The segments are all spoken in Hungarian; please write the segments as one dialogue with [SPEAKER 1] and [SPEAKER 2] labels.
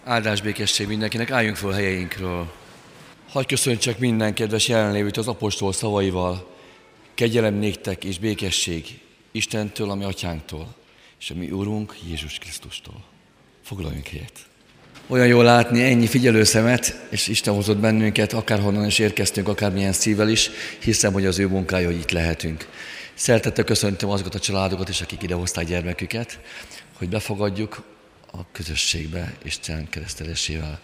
[SPEAKER 1] Áldás békesség mindenkinek, álljunk föl helyeinkről. Hadd köszöntsek minden kedves jelenlévőt az apostol szavaival. Kegyelem néktek és békesség Istentől, a mi atyánktól, és a mi Úrunk Jézus Krisztustól. Foglaljunk helyet. Olyan jól látni ennyi figyelőszemet, és Isten hozott bennünket, akárhonnan is érkeztünk, akármilyen szívvel is, hiszem, hogy az ő munkája, hogy itt lehetünk. Szeretettel köszöntöm azokat a családokat is, akik idehozták gyermeküket, hogy befogadjuk a közösségbe Isten keresztelésével.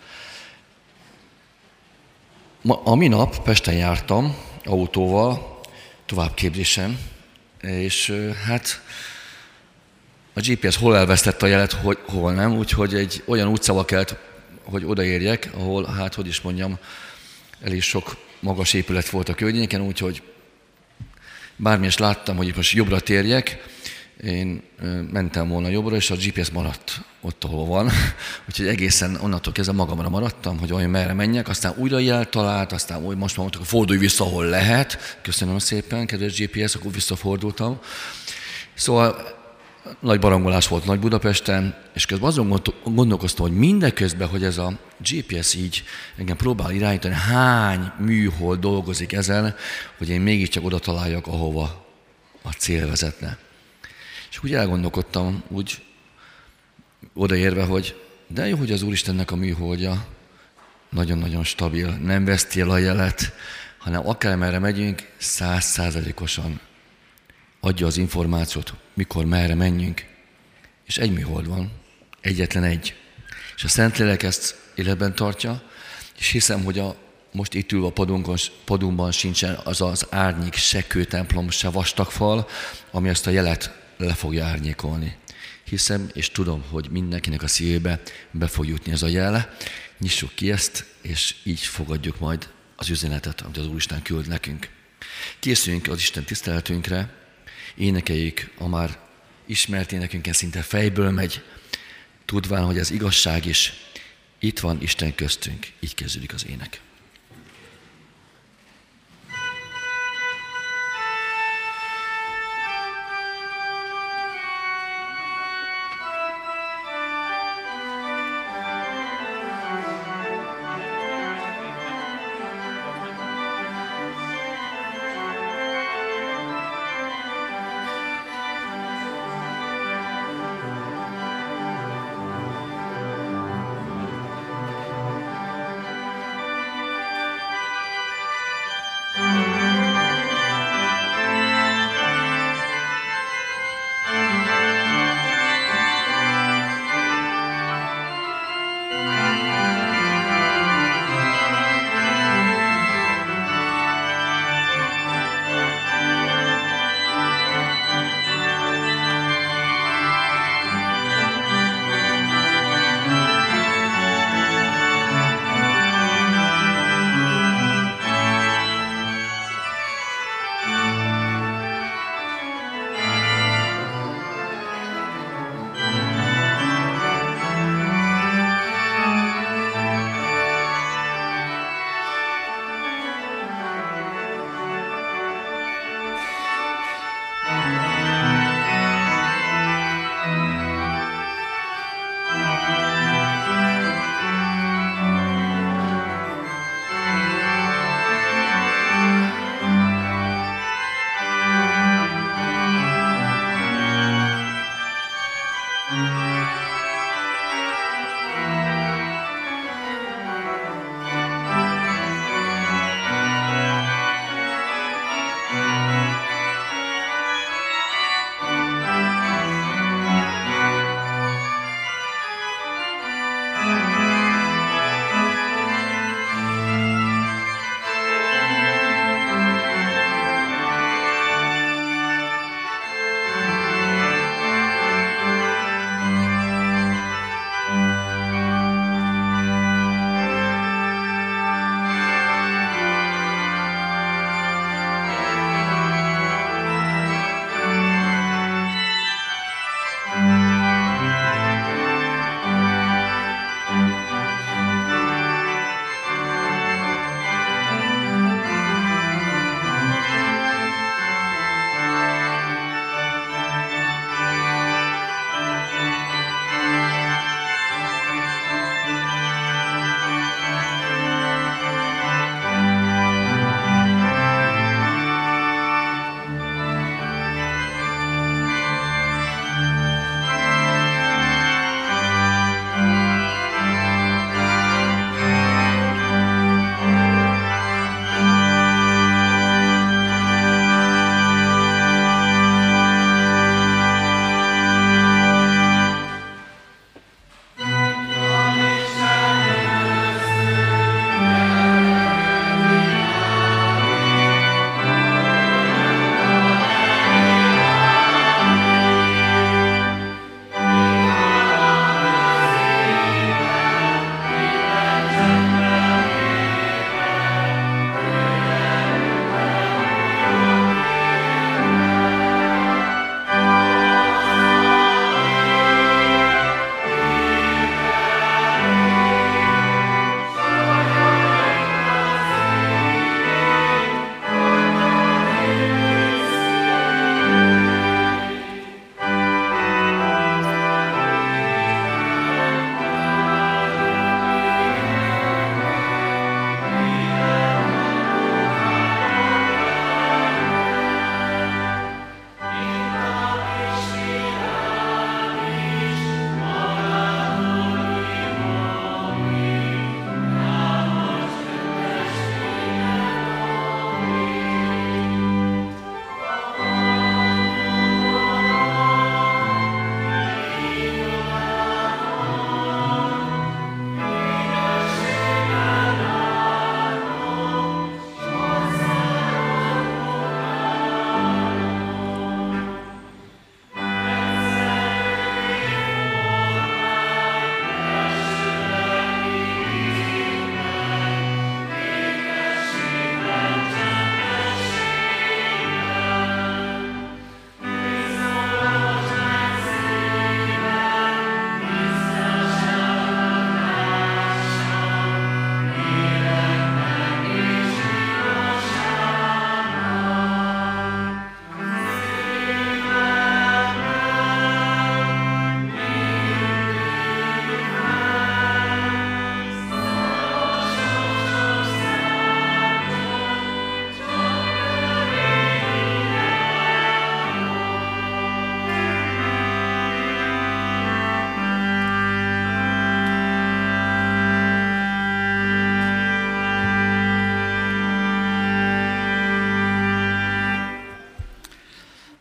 [SPEAKER 1] A minap Pesten jártam autóval, továbbképzésen, és hát a GPS hol elvesztette a jelet, hol nem, úgyhogy egy olyan utcába kellett, hogy odaérjek, ahol, hát hogy is mondjam, elég sok magas épület volt a környéken, úgyhogy bármi is láttam, hogy itt most jobbra térjek, én mentem volna jobbra, és a GPS maradt ott, ahol van. Úgyhogy egészen onnantól kezdve magamra maradtam, hogy olyan merre menjek, aztán újra jel talált, aztán úgy most már mondtak, hogy fordulj vissza, ahol lehet. Köszönöm szépen, kedves GPS, akkor visszafordultam. Szóval nagy barangolás volt Nagy Budapesten, és közben azon gondolkoztam, hogy mindeközben, hogy ez a GPS így engem próbál irányítani, hány műhold dolgozik ezen, hogy én mégiscsak oda találjak, ahova a cél vezetne. És úgy elgondolkodtam, úgy odaérve, hogy de jó, hogy az Úristennek a műholdja nagyon-nagyon stabil, nem veszti el a jelet, hanem akármerre megyünk, 100%-osan adja az információt, mikor merre menjünk. És egy műhold van, egyetlen egy. És a Szentlélek ezt életben tartja, és hiszem, hogy most itt ülve a padunkban sincsen az az árnyék, se kőtemplom, se vastagfal, ami ezt a jelet le fogja árnyékolni. Hiszem, és tudom, hogy mindenkinek a szívébe be fog jutni ez a jel. Nyissuk ki ezt, és így fogadjuk majd az üzenetet, amit az Úristen küld nekünk. Készüljünk az Isten tiszteletünkre, énekeljük a már ismert énekünken, szinte fejből megy, tudván, hogy az igazság is itt van Isten köztünk. Így kezdődik az ének.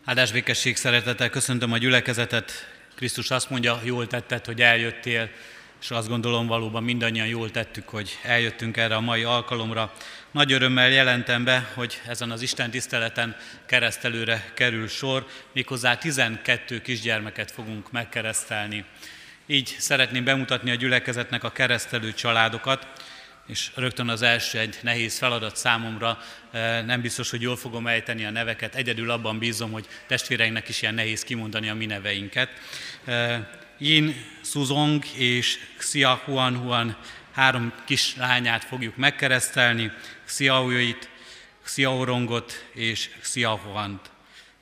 [SPEAKER 2] Áldás békesség, szeretettel köszöntöm a gyülekezetet. Krisztus azt mondja, jól tetted, hogy eljöttél, és azt gondolom, valóban mindannyian jól tettük, hogy eljöttünk erre a mai alkalomra. Nagy örömmel jelentem be, hogy ezen az Isten tiszteleten keresztelőre kerül sor, méghozzá 12 kisgyermeket fogunk megkeresztelni. Így szeretném bemutatni a gyülekezetnek a keresztelő családokat, és rögtön az első egy nehéz feladat számomra, nem biztos, hogy jól fogom ejteni a neveket, egyedül abban bízom, hogy testvéreinknek is ilyen nehéz kimondani a mi neveinket. Yin Suzong és Xia Huan 3 kislányát fogjuk megkeresztelni, Xiaoyit, Xiaorongot és Xiaohuant.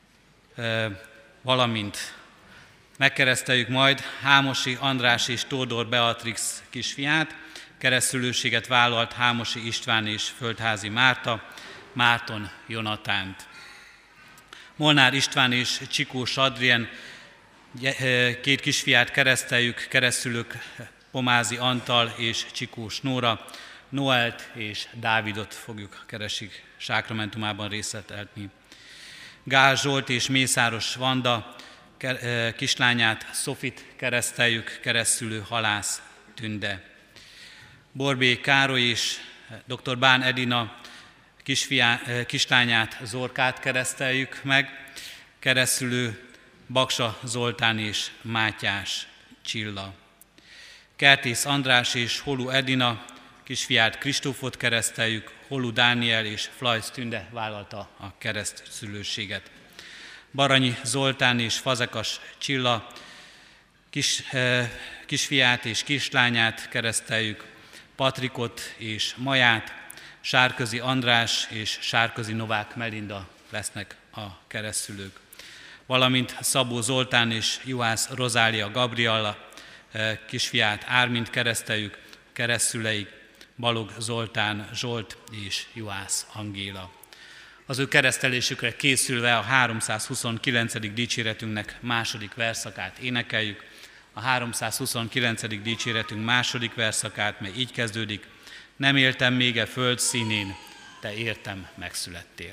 [SPEAKER 2] Valamint megkereszteljük majd Hámosi András és Tódor Beatrix kisfiát, keresztülőséget vállalt Hámosi István és Földházi Márta, Márton Jonatánt. Molnár István és Csikós Adrien 2 kisfiát kereszteljük, keresztülők Pomázi Antal és Csikós Nóra, Noelt és Dávidot fogjuk keresik sákramentumában részletelni. Gál Zsolt és Mészáros Vanda kislányát, Szofit kereszteljük, keresztülő Halász Tünde. Borbély Károly és dr. Bán Edina kislányát, Zorkát kereszteljük meg, keresztülő Baksa Zoltán és Mátyás Csilla. Kertész András és Holu Edina kisfiát, Kristófot kereszteljük, Holu Dániel és Flajsz Tünde vállalta a keresztszülőséget. Baranyi Zoltán és Fazekas Csilla kisfiát és kislányát kereszteljük, Patrikot és Maját, Sárközi András és Sárközi Novák Melinda lesznek a keresztülők. Valamint Szabó Zoltán és Juhász Rozália Gabriella kisfiát, Ármint kereszteljük, keresztszüleik Balog Zoltán Zsolt és Juhász Angéla. Az ő keresztelésükre készülve a 329. dicséretünknek második verszakát énekeljük. A 329. dicséretünk második verszakát, mely így kezdődik: nem éltem még e föld színén, te értem megszülettél.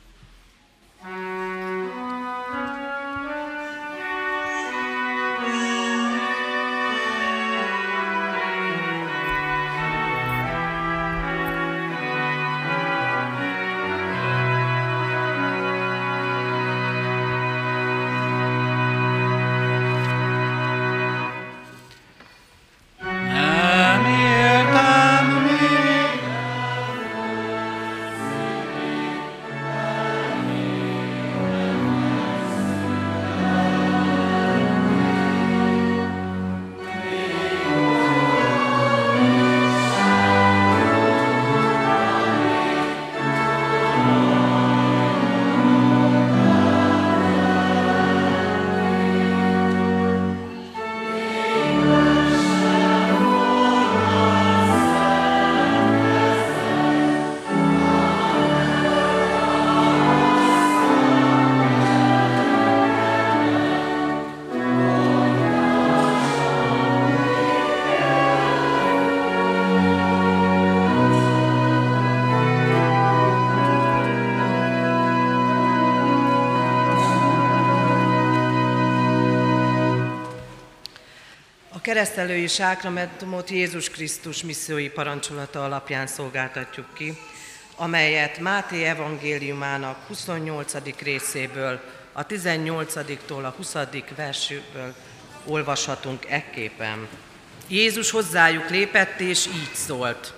[SPEAKER 3] Keresztelői sákramentumot Jézus Krisztus missziói parancsolata alapján szolgáltatjuk ki, amelyet Máté evangéliumának 28. részéből, a 18-tól a 20. versből olvashatunk ekképpen. Jézus hozzájuk lépett, és így szólt: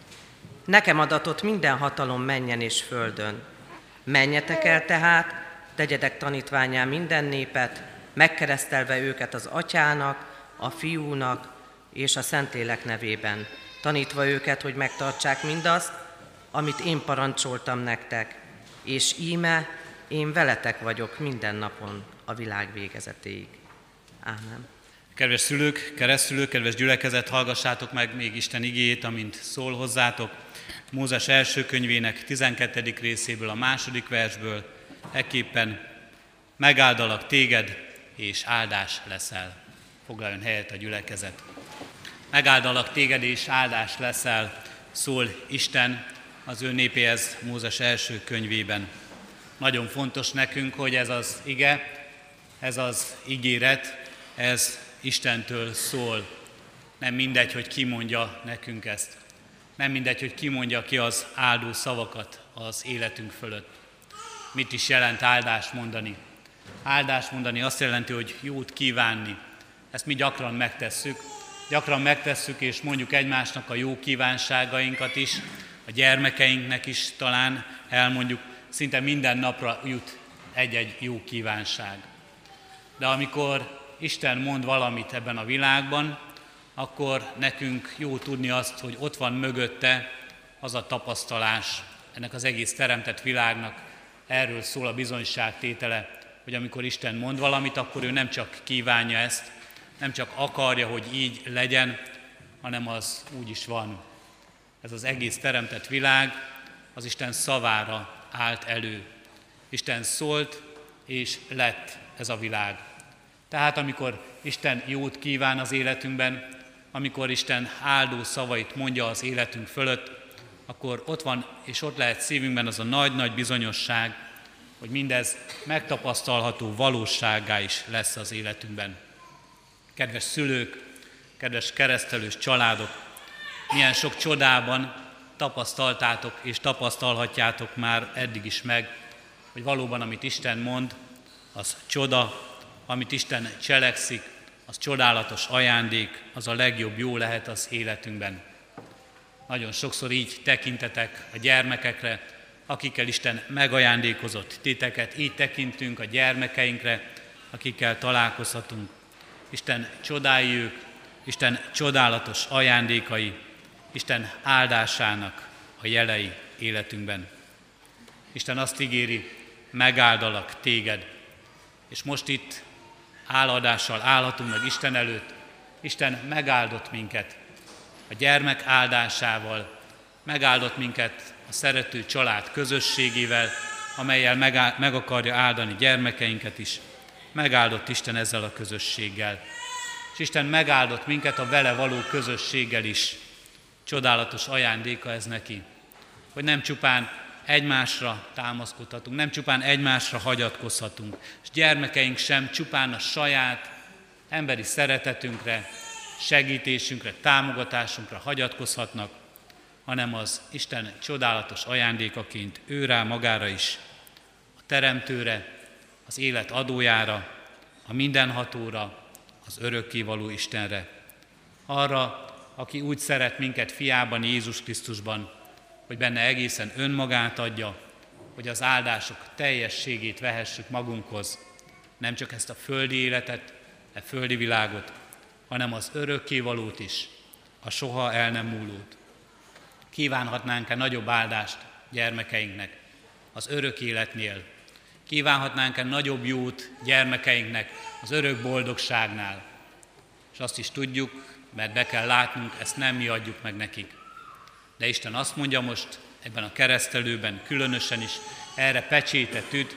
[SPEAKER 3] nekem adatott minden hatalom mennyen és földön. Menjetek el tehát, tegyetek tanítvánnyá minden népet, megkeresztelve őket az Atyának, a Fiúnak és a Szentlélek nevében, tanítva őket, hogy megtartsák mindazt, amit én parancsoltam nektek, és íme én veletek vagyok minden napon a világ végezetéig. Ámen.
[SPEAKER 2] Kedves szülők, keresztülők, kedves gyülekezet, hallgassátok meg még Isten igéjét, amint szól hozzátok. Mózes első könyvének 12. részéből, a 2. versből, ekképpen: megáldalak téged, és áldás leszel. Foglaljon helyet a gyülekezet. Megáldalak téged, és áldás leszel, szól Isten az ő népéhez Mózes első könyvében. Nagyon fontos nekünk, hogy ez az ige, ez az ígéret, ez Istentől szól. Nem mindegy, hogy ki mondja nekünk ezt. Nem mindegy, hogy ki mondja ki az áldó szavakat az életünk fölött. Mit is jelent áldást mondani? Áldást mondani azt jelenti, hogy jót kívánni. Ezt mi gyakran megtesszük. Gyakran megtesszük, és mondjuk egymásnak a jó kívánságainkat is, a gyermekeinknek is talán elmondjuk, szinte minden napra jut egy-egy jó kívánság. De amikor Isten mond valamit ebben a világban, akkor nekünk jó tudni azt, hogy ott van mögötte az a tapasztalás ennek az egész teremtett világnak. Erről szól a bizonyságtétele, hogy amikor Isten mond valamit, akkor ő nem csak kívánja ezt, nem csak akarja, hogy így legyen, hanem az úgy is van. Ez az egész teremtett világ az Isten szavára állt elő. Isten szólt, és lett ez a világ. Tehát amikor Isten jót kíván az életünkben, amikor Isten áldó szavait mondja az életünk fölött, akkor ott van, és ott lehet szívünkben az a nagy-nagy bizonyosság, hogy mindez megtapasztalható valósággá is lesz az életünkben. Kedves szülők, kedves keresztelős családok, milyen sok csodában tapasztaltátok és tapasztalhatjátok már eddig is meg, hogy valóban amit Isten mond, az csoda, amit Isten cselekszik, az csodálatos ajándék, az a legjobb jó lehet az életünkben. Nagyon sokszor így tekintetek a gyermekekre, akikkel Isten megajándékozott titeket, így tekintünk a gyermekeinkre, akikkel találkozhatunk. Isten csodái ők, Isten csodálatos ajándékai, Isten áldásának a jelei életünkben. Isten azt ígéri, megáldalak téged, és most itt áladással állhatunk meg Isten előtt. Isten megáldott minket a gyermek áldásával, megáldott minket a szerető család közösségével, amellyel meg akarja áldani gyermekeinket is. Megáldott Isten ezzel a közösséggel. És Isten megáldott minket a vele való közösséggel is. Csodálatos ajándéka ez neki, hogy nem csupán egymásra támaszkodhatunk, nem csupán egymásra hagyatkozhatunk, és gyermekeink sem csupán a saját emberi szeretetünkre, segítésünkre, támogatásunkra hagyatkozhatnak, hanem az Isten csodálatos ajándékaként ő rá magára is, a Teremtőre, az élet adójára, a mindenhatóra, az örökkévaló Istenre. Arra, aki úgy szeret minket fiában, Jézus Krisztusban, hogy benne egészen önmagát adja, hogy az áldások teljességét vehessük magunkhoz. Nem csak ezt a földi életet, a földi világot, hanem az örökkévalót is, a soha el nem múlót. Kívánhatnánk-e nagyobb áldást gyermekeinknek az örök életnél? Kívánhatnánk-e nagyobb jót gyermekeinknek az örök boldogságnál? És azt is tudjuk, mert be kell látnunk, ezt nem mi adjuk meg nekik. De Isten azt mondja most ebben a keresztelőben különösen is, erre pecsétet üt,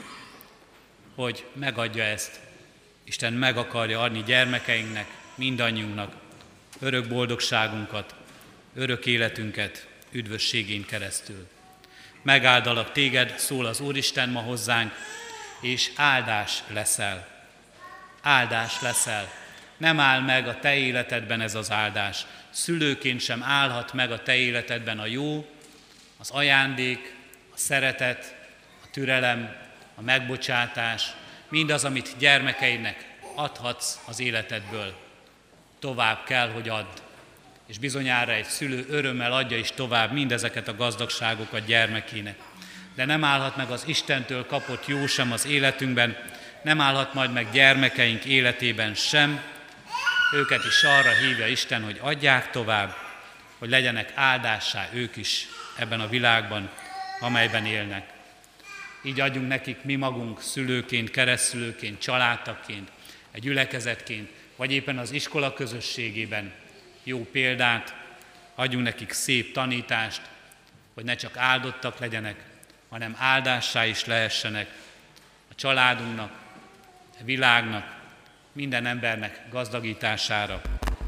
[SPEAKER 2] hogy megadja ezt. Isten meg akarja adni gyermekeinknek, mindannyiunknak örök boldogságunkat, örök életünket üdvösségén keresztül. Megáldalak téged, szól az Úristen ma hozzánk, és áldás leszel. Áldás leszel. Nem áll meg a te életedben ez az áldás. Szülőként sem állhat meg a te életedben a jó, az ajándék, a szeretet, a türelem, a megbocsátás, mindaz, amit gyermekeidnek adhatsz az életedből. Tovább kell, hogy add. És bizonyára egy szülő örömmel adja is tovább mindezeket a gazdagságokat gyermekének. De nem állhat meg az Istentől kapott jó sem az életünkben, nem állhat majd meg gyermekeink életében sem. Őket is arra hívja Isten, hogy adják tovább, hogy legyenek áldássá ők is ebben a világban, amelyben élnek. Így adjunk nekik mi magunk szülőként, keresztszülőként, családtagként, egy gyülekezetként, vagy éppen az iskola közösségében jó példát, adjunk nekik szép tanítást, hogy ne csak áldottak legyenek, hanem áldássá is lehessenek a családunknak, a világnak, minden embernek gazdagítására,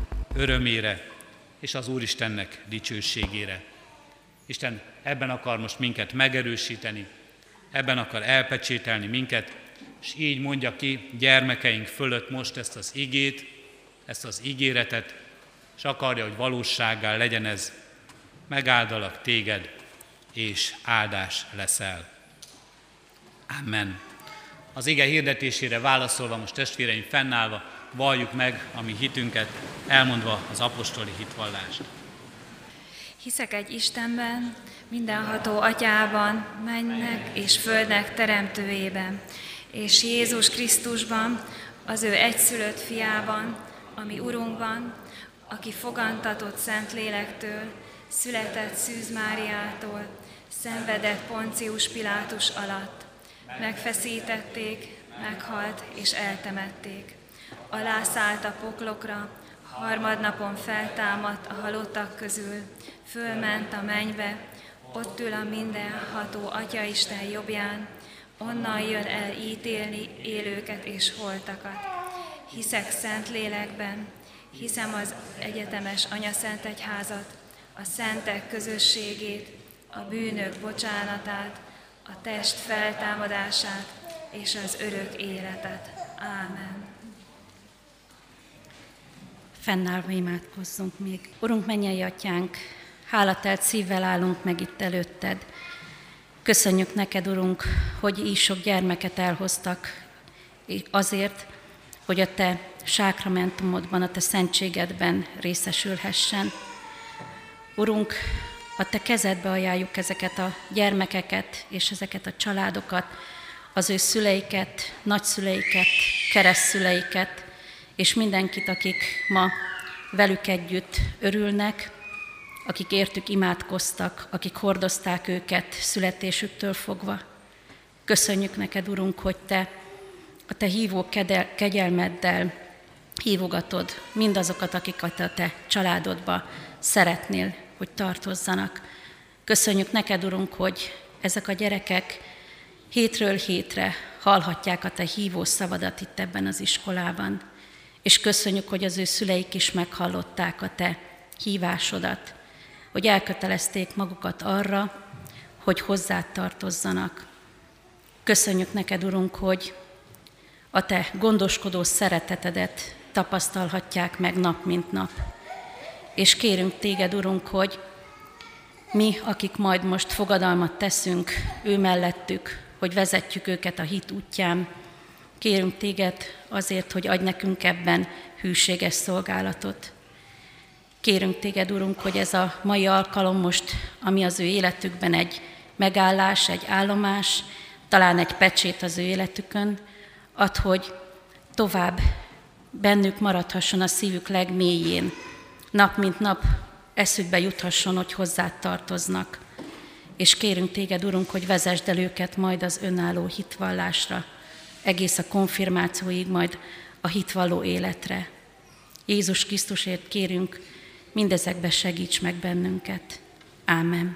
[SPEAKER 2] örömére és az Úristennek dicsőségére. Isten ebben akar most minket megerősíteni, ebben akar elpecsételni minket, és így mondja ki gyermekeink fölött most ezt az igét, ezt az ígéretet, és akarja, hogy valósággá legyen ez. Megáldalak téged, és áldás leszel. Amen. Az ige hirdetésére válaszolva, most testvéreim fennállva, valljuk meg a mi hitünket, elmondva az apostoli hitvallást.
[SPEAKER 4] Hiszek egy Istenben, mindenható Atyában, mennek és földnek teremtőjében, és Jézus Krisztusban, az ő egyszülött fiában, ami Urunkban, aki fogantatott Szentlélektől, született Szűz Máriától, szenvedett Poncius Pilátus alatt, megfeszítették, meghalt és eltemették. Alászállt a poklokra, harmadnapon feltámadt a halottak közül, fölment a mennybe, ott ül a mindenható Atyaisten jobbján, onnan jön el ítélni élőket és holtakat. Hiszek Szentlélekben, hiszem az egyetemes Anyaszentegyházat, a szentek közösségét, a bűnök bocsánatát, a test feltámadását és az örök életet. Ámen.
[SPEAKER 5] Fennállva imádkozzunk még. Urunk, mennyei Atyánk, hálatelt szívvel állunk meg itt előtted. Köszönjük neked, Urunk, hogy így sok gyermeket elhoztak azért, hogy a te sákramentumodban, a te szentségedben részesülhessen. Urunk, a te kezedbe ajánljuk ezeket a gyermekeket és ezeket a családokat, az ő szüleiket, nagyszüleiket, keresztszüleiket, és mindenkit, akik ma velük együtt örülnek, akik értük imádkoztak, akik hordozták őket születésüktől fogva. Köszönjük neked, Urunk, hogy te a te hívó kegyelmeddel hívogatod mindazokat, akiket a te családodba szeretnél, hogy tartozzanak. Köszönjük neked, Urunk, hogy ezek a gyerekek hétről hétre hallhatják a te hívó szavadat itt ebben az iskolában. És köszönjük, hogy az ő szüleik is meghallották a te hívásodat, hogy elkötelezték magukat arra, hogy hozzád tartozzanak. Köszönjük neked, Urunk, hogy a te gondoskodó szeretetedet tapasztalhatják meg nap mint nap. És kérünk téged, Urunk, hogy mi, akik majd most fogadalmat teszünk ő mellettük, hogy vezetjük őket a hit útján, kérünk téged azért, hogy adj nekünk ebben hűséges szolgálatot. Kérünk téged, Urunk, hogy ez a mai alkalom most, ami az ő életükben egy megállás, egy állomás, talán egy pecsét az ő életükön, add, hogy tovább bennük maradhasson a szívük legmélyén, nap mint nap eszükbe juthasson, hogy hozzád tartoznak. És kérünk téged, Urunk, hogy vezesd el őket majd az önálló hitvallásra, egész a konfirmációig, majd a hitvalló életre. Jézus Krisztusért kérünk, mindezekbe segíts meg bennünket. Ámen.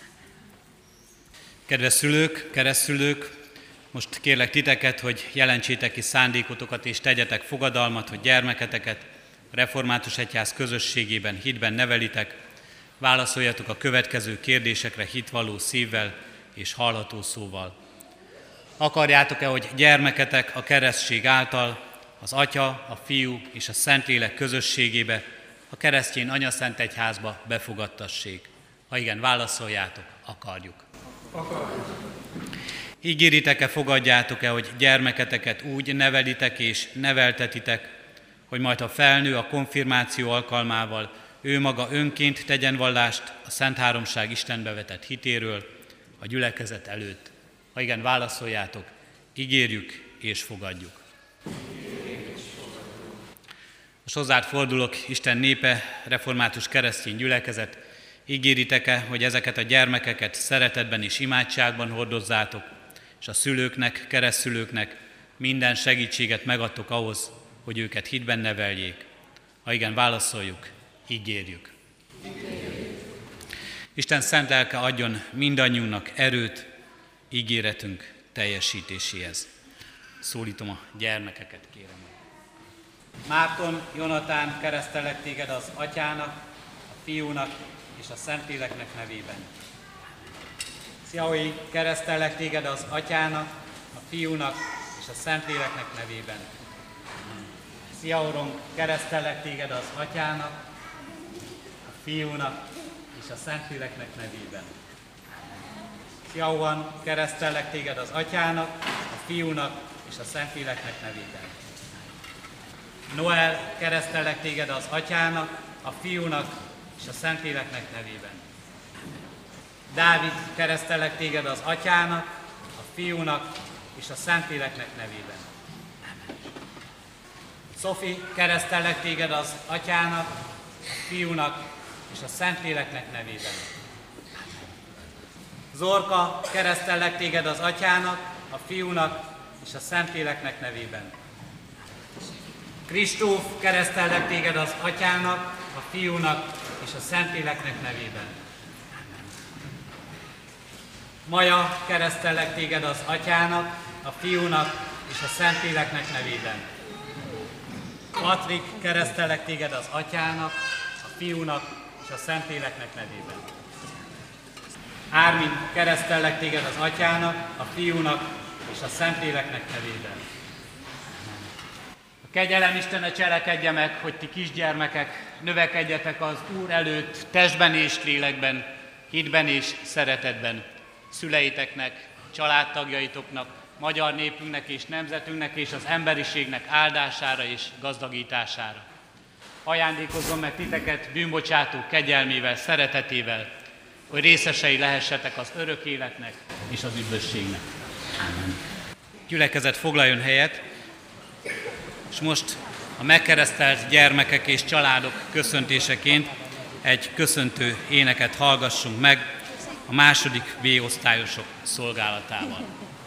[SPEAKER 2] Kedves szülők, keresztszülők, most kérlek titeket, hogy jelentsétek ki szándékotokat és tegyetek fogadalmat, hogy gyermeketeket a Református Egyház közösségében, hitben nevelitek. Válaszoljatok a következő kérdésekre hitvalló szívvel és hallható szóval. Akarjátok-e, hogy gyermeketek a keresztség által az Atya, a Fiú és a Szentlélek közösségébe, a keresztény Anyaszentegyházba befogadtassék? Ha igen, válaszoljátok, akarjuk. Ígéritek-e, fogadjátok-e, hogy gyermeketeket úgy nevelitek és neveltetitek, hogy majd ha felnő a konfirmáció alkalmával, ő maga önként tegyen vallást a Szent Háromság Istenbe vetett hitéről a gyülekezet előtt? Ha igen, válaszoljátok, ígérjük és fogadjuk. Most hozzád fordulok, Isten népe, református keresztény gyülekezet, ígéritek-e, hogy ezeket a gyermekeket szeretetben és imádságban hordozzátok, és a szülőknek, keresztszülőknek minden segítséget megadtok ahhoz, hogy őket hitben neveljék? Ha igen, válaszoljuk, ígérjük. Isten szent lelke adjon mindannyiunknak erőt ígéretünk teljesítéséhez. Szólítom a gyermekeket, kérem. Márton, Jonatán, keresztelek téged az Atyának, a Fiúnak és a Szentléleknek nevében. Sziaói, keresztellek téged az Atyának, a Fiúnak és a Szentléleknek nevében. Sziaórunk, keresztellek téged az Atyának, a Fiúnak és a Szentléleknek nevében. Sziaóan, keresztellek téged az Atyának, a Fiúnak és a Szentléleknek nevében. Noel, keresztellek téged az Atyának, a Fiúnak és a Szentléleknek nevében. Dávid, keresztellek téged az Atyának, a Fiúnak és a Szentléleknek nevében. Szofi, keresztellek téged az Atyának, a Fiúnak és a Szentléleknek nevében. Zorka, keresztellek téged az Atyának, a Fiúnak és a Szentléleknek nevében. Kristóf, keresztellek téged az Atyának, a Fiúnak és a Szentléleknek nevében. Maja, keresztellek téged az Atyának, a Fiúnak és a Szentléleknek nevében. Patrik, keresztellek téged az Atyának, a Fiúnak és a Szentléleknek nevében. Ármin, keresztellek téged az Atyának, a Fiúnak és a Szentléleknek nevében. A kegyelem Istene cselekedje meg, hogy ti kisgyermekek növekedjetek az Úr előtt testben és lélekben, hitben és szeretetben. Szüleiteknek, családtagjaitoknak, magyar népünknek és nemzetünknek és az emberiségnek áldására és gazdagítására. Ajándékozzon meg titeket bűnbocsátó kegyelmével, szeretetével, hogy részesei lehessetek az örök életnek és az üdvösségnek. Amen. Gyülekezet, foglaljon helyet, és most a megkeresztelt gyermekek és családok köszöntéseként egy köszöntő éneket hallgassunk meg a második B-osztályosok szolgálatával.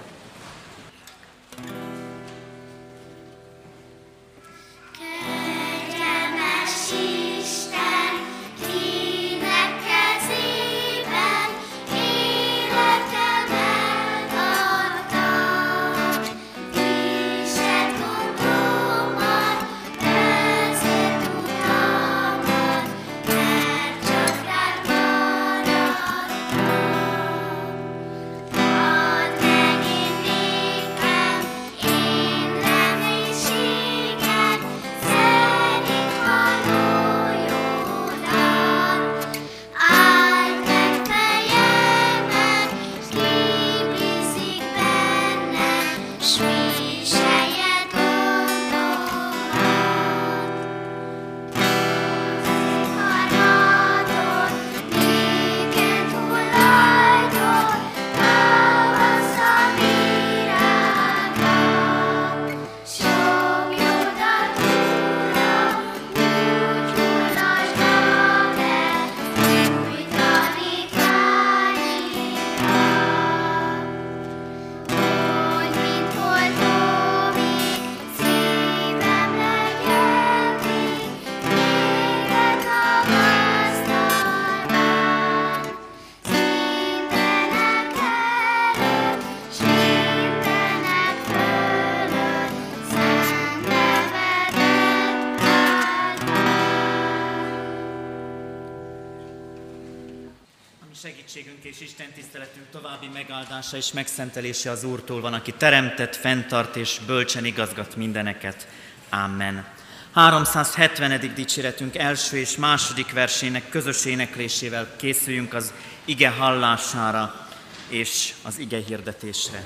[SPEAKER 6] Segítségünk és Isten tiszteletünk további megáldása és megszentelése az Úrtól van, aki teremtett, fenntart és bölcsen igazgat mindeneket. Amen. 370. dicséretünk első és második versének közös éneklésével készüljünk az ige hallására és az ige hirdetésre.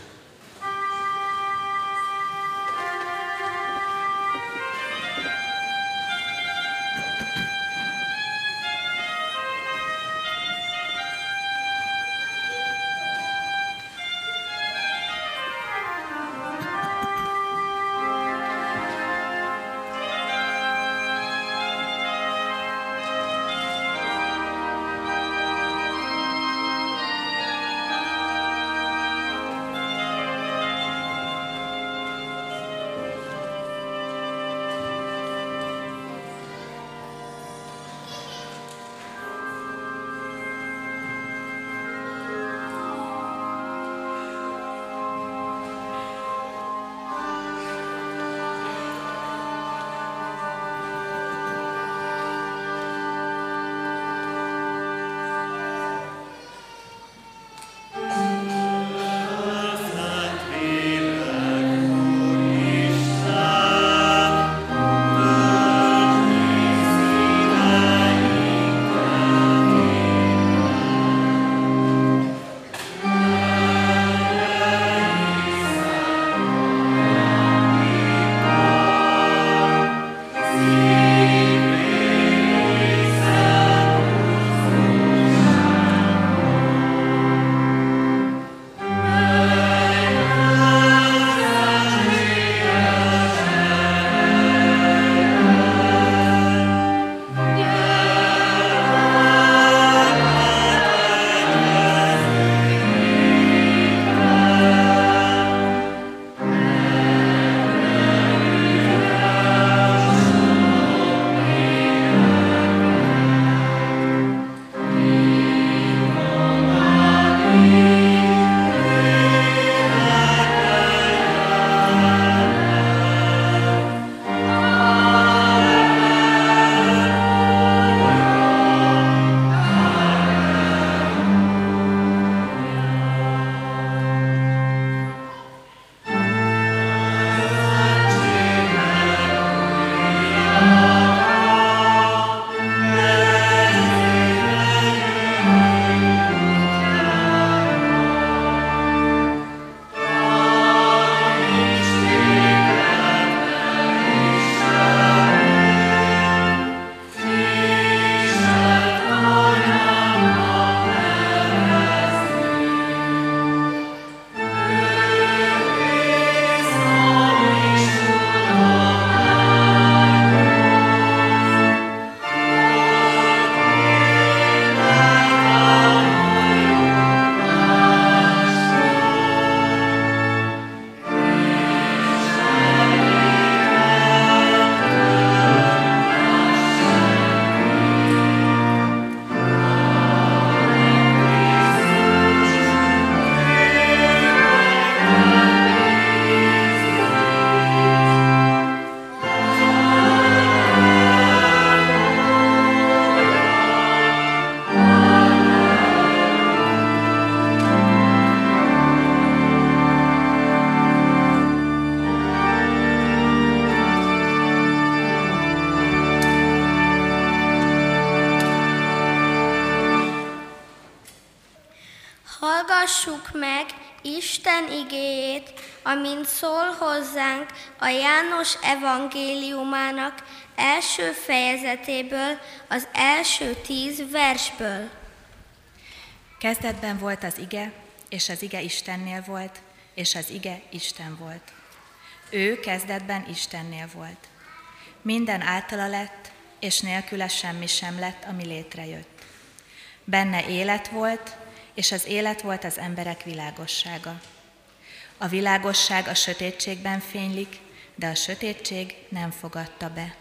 [SPEAKER 7] Hallgassuk meg Isten igéjét, amint szól hozzánk a János evangéliumának első fejezetéből, az első 10 versből.
[SPEAKER 8] Kezdetben volt az ige, és az ige Istennél volt, és az ige Isten volt. Ő kezdetben Istennél volt. Minden általa lett, és nélküle semmi sem lett, ami létrejött. Benne élet volt, és az élet volt az emberek világossága. A világosság a sötétségben fénylik, de a sötétség nem fogadta be.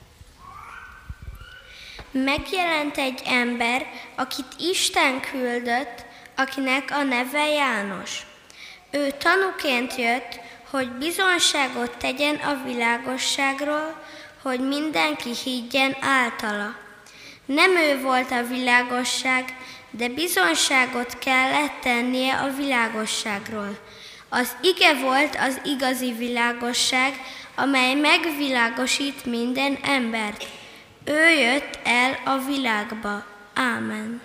[SPEAKER 7] Megjelent egy ember, akit Isten küldött, akinek a neve János. Ő tanúként jött, hogy bizonyságot tegyen a világosságról, hogy mindenki higgyen általa. Nem ő volt a világosság, de bizonyságot kellett tennie a világosságról. Az ige volt az igazi világosság, amely megvilágosít minden embert. Ő jött el a világba. Ámen.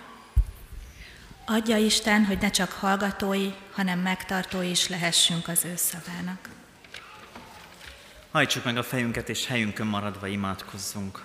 [SPEAKER 8] Adja Isten, hogy ne csak hallgatói, hanem megtartói is lehessünk az ő szavának.
[SPEAKER 6] Hajtsuk meg a fejünket, és helyünkön maradva imádkozzunk.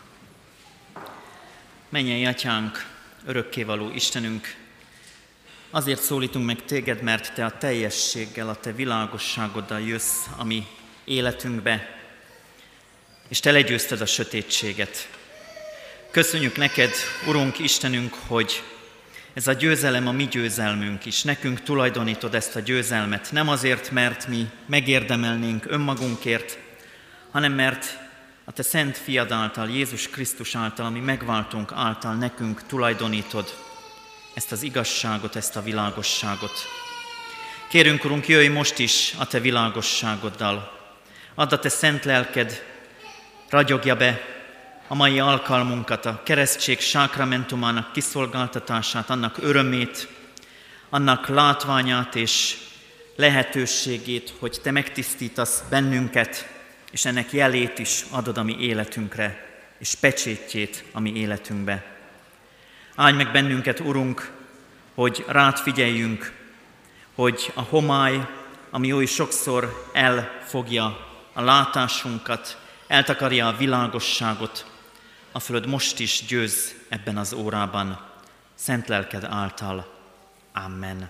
[SPEAKER 6] Mennyei Atyánk, örökkévaló Istenünk, azért szólítunk meg Téged, mert Te a teljességgel, a Te világosságoddal jössz a mi életünkbe, és Te legyőzted a sötétséget. Köszönjük neked, Urunk Istenünk, hogy ez a győzelem a mi győzelmünk is. Nekünk tulajdonítod ezt a győzelmet, nem azért, mert mi megérdemelnénk önmagunkért, hanem mert a Te szent fiad által, Jézus Krisztus által, ami megváltunk által nekünk tulajdonítod ezt az igazságot, ezt a világosságot. Kérünk, Urunk, jöjj most is a Te világosságoddal. Add a Te szent lelked, ragyogja be a mai alkalmunkat, a keresztség sákramentumának kiszolgáltatását, annak örömét, annak látványát és lehetőségét, hogy Te megtisztítasz bennünket, és ennek jelét is adod a mi életünkre, és pecsétjét a mi életünkbe. Áldj meg bennünket, Urunk, hogy rád figyeljünk, hogy a homály, ami oly sokszor elfogja a látásunkat, eltakarja a világosságot, a fölöd most is győz ebben az órában, szent lelked által. Amen.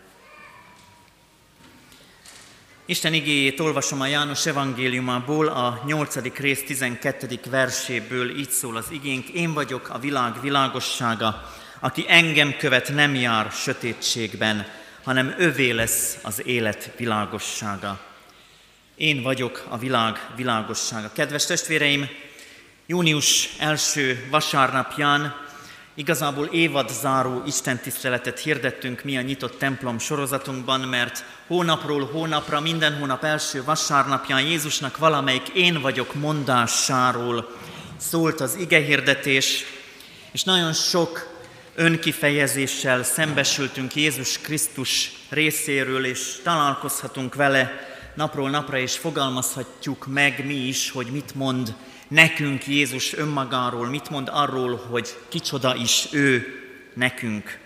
[SPEAKER 6] Isten igéjét olvasom a János evangéliumából, a 8. rész 12. verséből, így szól az igénk: Én vagyok a világ világossága, aki engem követ, nem jár sötétségben, hanem övé lesz az élet világossága. Én vagyok a világ világossága. Kedves testvéreim, június első vasárnapján igazából évadzáró istentiszteletet hirdettünk mi a Nyitott templom sorozatunkban, mert hónapról hónapra, minden hónap első vasárnapján Jézusnak valamelyik én vagyok mondásáról szólt az igehirdetés, és nagyon sok önkifejezéssel szembesültünk Jézus Krisztus részéről, és találkozhatunk vele napról napra, és fogalmazhatjuk meg mi is, hogy mit mond nekünk Jézus önmagáról, mit mond arról, hogy kicsoda is ő nekünk.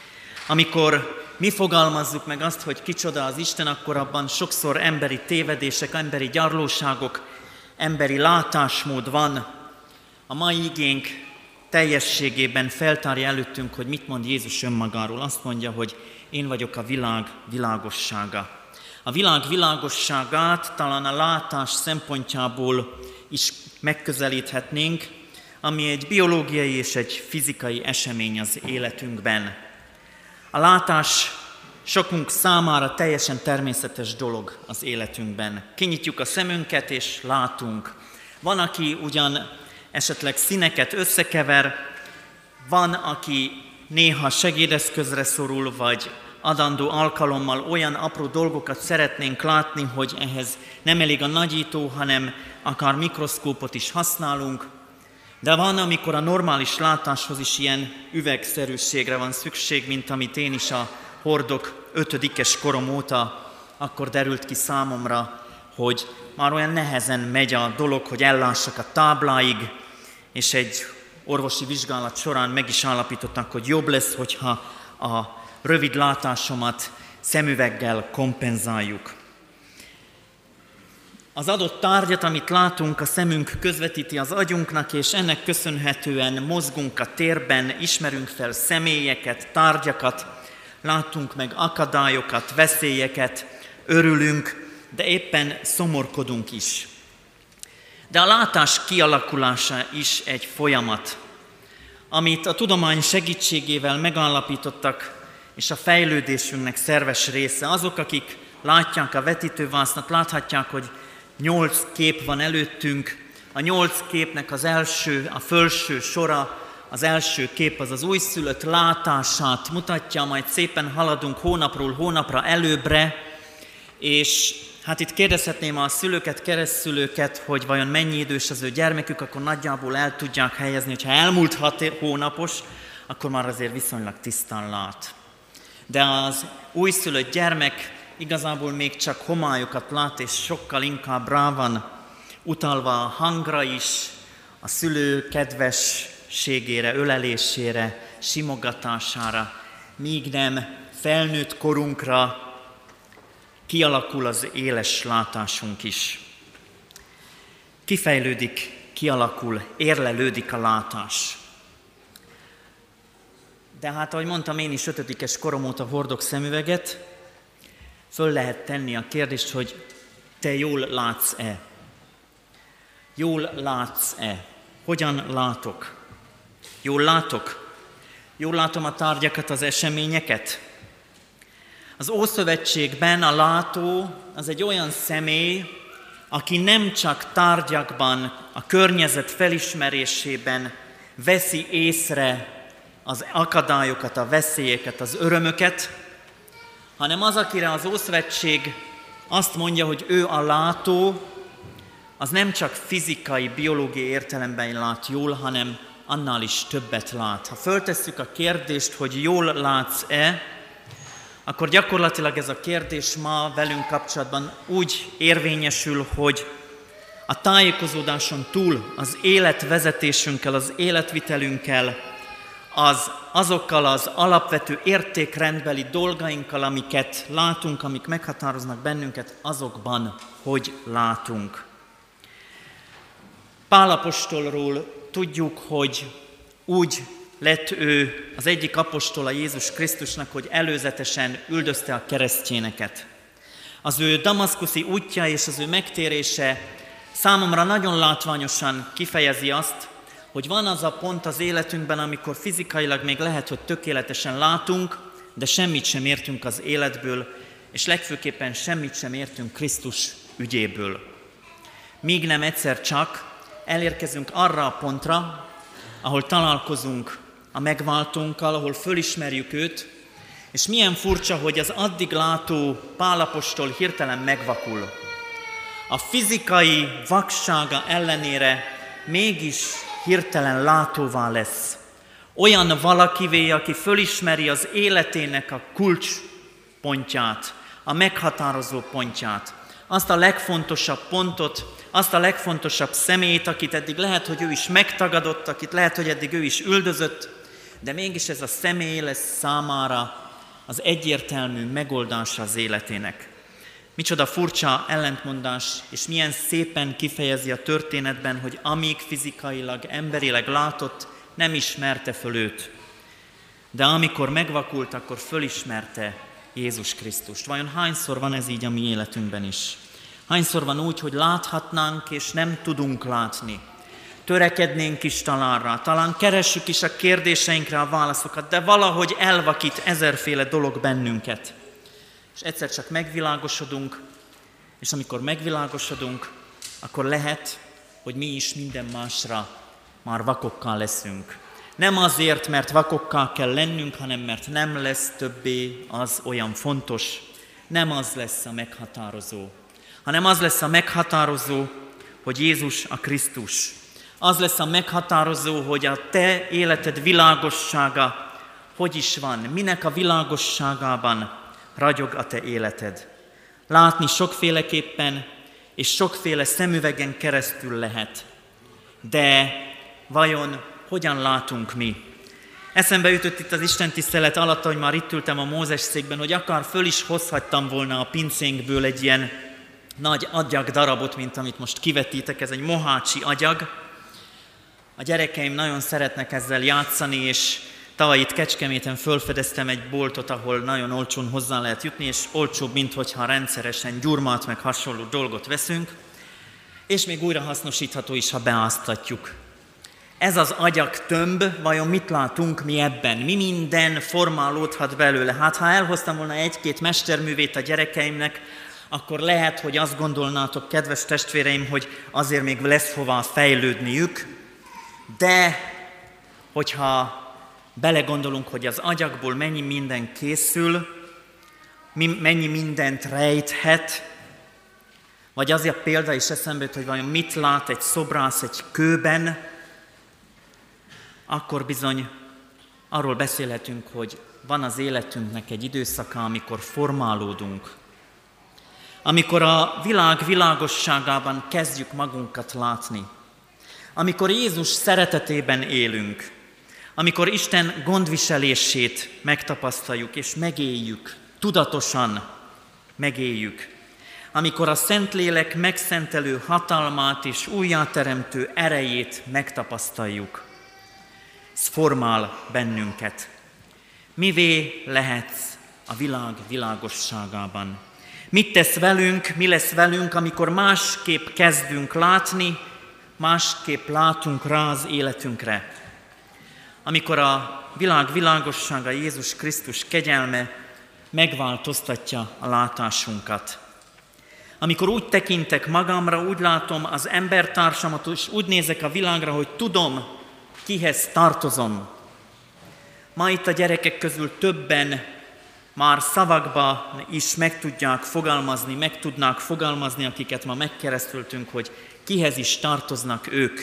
[SPEAKER 6] Amikor mi fogalmazzuk meg azt, hogy kicsoda az Isten, akkor abban sokszor emberi tévedések, emberi gyarlóságok, emberi látásmód van. A mai igénk teljességében feltárja előttünk, hogy mit mond Jézus önmagáról. Azt mondja, hogy én vagyok a világ világossága. A világ világosságát talán a látás szempontjából is megközelíthetnénk, ami egy biológiai és egy fizikai esemény az életünkben. A látás sokunk számára teljesen természetes dolog az életünkben. Kinyitjuk a szemünket és látunk. Van, aki ugyan esetleg színeket összekever, van, aki néha segédeszközre szorul, vagy adandó alkalommal olyan apró dolgokat szeretnénk látni, hogy ehhez nem elég a nagyító, hanem akár mikroszkópot is használunk. De van, amikor a normális látáshoz is ilyen üvegszerűségre van szükség, mint amit én is a hordok 5. korom óta, akkor derült ki számomra, hogy már olyan nehezen megy a dolog, hogy ellássak a tábláig, és egy orvosi vizsgálat során meg is állapítottak, hogy jobb lesz, hogyha a rövid látásomat szemüveggel kompenzáljuk. Az adott tárgyat, amit látunk, a szemünk közvetíti az agyunknak, és ennek köszönhetően mozgunk a térben, ismerünk fel személyeket, tárgyakat, látunk meg akadályokat, veszélyeket, örülünk, de éppen szomorkodunk is. De a látás kialakulása is egy folyamat, amit a tudomány segítségével megállapítottak, és a fejlődésünknek szerves része. Azok, akik látják a vetítővásznat, láthatják, hogy 8 kép van előttünk. A 8 képnek az első, a felső sora, az első kép az az újszülött látását mutatja, majd szépen haladunk hónapról hónapra előbbre, és hát itt kérdezhetném a szülőket, keresztszülőket, hogy vajon mennyi idős az ő gyermekük, akkor nagyjából el tudják helyezni, hogyha elmúlt 6 hónapos, akkor már azért viszonylag tisztán lát. De az újszülött gyermek igazából még csak homályokat lát, és sokkal inkább rá van utalva a hangra is, a szülő kedvességére, ölelésére, simogatására, míg nem felnőtt korunkra kialakul az éles látásunk is. Kifejlődik, kialakul, érlelődik a látás. De hát, ahogy mondtam, én is 5-es korom óta hordok szemüveget, föl lehet tenni a kérdést, hogy te jól látsz-e? Jól látsz-e? Hogyan látok? Jól látok? Jól látom a tárgyakat, az eseményeket? Az Ószövetségben a látó az egy olyan személy, aki nem csak tárgyakban, a környezet felismerésében veszi észre az akadályokat, a veszélyeket, az örömöket, hanem az, akire az Ószövetség azt mondja, hogy ő a látó, az nem csak fizikai, biológiai értelemben lát jól, hanem annál is többet lát. Ha föltesszük a kérdést, hogy jól látsz-e, akkor gyakorlatilag ez a kérdés ma velünk kapcsolatban úgy érvényesül, hogy a tájékozódáson túl az életvezetésünkkel, az életvitelünkkel, azokkal az alapvető értékrendbeli dolgainkkal, amiket látunk, amik meghatároznak bennünket, azokban hogy látunk. Pál apostolról tudjuk, hogy úgy lett ő az egyik apostola Jézus Krisztusnak, hogy előzetesen üldözte a keresztényeket. Az ő damaszkuszi útja és az ő megtérése számomra nagyon látványosan kifejezi azt, hogy van az a pont az életünkben, amikor fizikailag még lehet, hogy tökéletesen látunk, de semmit sem értünk az életből, és legfőképpen semmit sem értünk Krisztus ügyéből. Míg nem egyszer csak elérkezünk arra a pontra, ahol találkozunk a megváltónkkal, ahol fölismerjük őt, és milyen furcsa, hogy az addig látó Pál apostol hirtelen megvakul. A fizikai vaksága ellenére mégis hirtelen látóvá lesz. Olyan valakivé, aki fölismeri az életének a kulcspontját, a meghatározó pontját, azt a legfontosabb pontot, azt a legfontosabb személyt, akit eddig lehet, hogy ő is megtagadott, akit lehet, hogy eddig ő is üldözött, de mégis ez a személy lesz számára az egyértelmű megoldása az életének. Micsoda furcsa ellentmondás, és milyen szépen kifejezi a történetben, hogy amíg fizikailag, emberileg látott, nem ismerte föl őt. De amikor megvakult, akkor fölismerte Jézus Krisztust. Vajon hányszor van ez így a mi életünkben is? Hányszor van úgy, hogy láthatnánk, és nem tudunk látni? Törekednénk is talán keressük is a kérdéseinkre a válaszokat, de valahogy elvakít ezerféle dolog bennünket. És egyszer csak megvilágosodunk, és amikor megvilágosodunk, akkor lehet, hogy mi is minden másra már vakokká leszünk. Nem azért, mert vakokká kell lennünk, hanem mert nem lesz többé az olyan fontos, nem az lesz a meghatározó, hanem az lesz a meghatározó, hogy Jézus a Krisztus. Az lesz a meghatározó, hogy a te életed világossága hogy is van, minek a világosságában ragyog a te életed. Látni sokféleképpen és sokféle szemüvegen keresztül lehet. De vajon hogyan látunk mi? Eszembe jutott itt az istentisztelet alatt, hogy már itt ültem a Mózes székben, hogy akár föl is hozhattam volna a pincénkből egy ilyen nagy agyag darabot, mint amit most kivetítek, ez egy mohácsi agyag. A gyerekeim nagyon szeretnek ezzel játszani, és tavaly itt Kecskeméten fölfedeztem egy boltot, ahol nagyon olcsón hozzá lehet jutni, és olcsóbb, mint hogyha rendszeresen gyurmát meg hasonló dolgot veszünk, és még újra hasznosítható is, ha beáztatjuk. Ez az agyagtömb, vajon mit látunk mi ebben? Mi minden formálódhat belőle? Hát ha elhoztam volna egy-két mesterművét a gyerekeimnek, akkor lehet, hogy azt gondolnátok, kedves testvéreim, hogy azért még lesz hová fejlődniük, de hogyha belegondolunk, hogy az agyagból mennyi minden készül, mennyi mindent rejthet, vagy az a példa is eszembe jut, hogy vajon mit lát egy szobrász egy kőben, akkor bizony arról beszélhetünk, hogy van az életünknek egy időszaka, amikor formálódunk, amikor a világ világosságában kezdjük magunkat látni, amikor Jézus szeretetében élünk, amikor Isten gondviselését megtapasztaljuk és megéljük, tudatosan megéljük, amikor a Szentlélek megszentelő hatalmát és újjáteremtő erejét megtapasztaljuk. Ez formál bennünket. Mivé lehetsz a világ világosságában? Mit tesz velünk, mi lesz velünk, amikor másképp kezdünk látni, másképp látunk rá az életünkre? Amikor a világ világossága, Jézus Krisztus kegyelme megváltoztatja a látásunkat. Amikor úgy tekintek magamra, úgy látom az embertársamat, és úgy nézek a világra, hogy tudom, kihez tartozom. Ma itt a gyerekek közül többen már szavakba is meg tudnák fogalmazni, akiket ma megkeresztültünk, hogy kihez is tartoznak ők.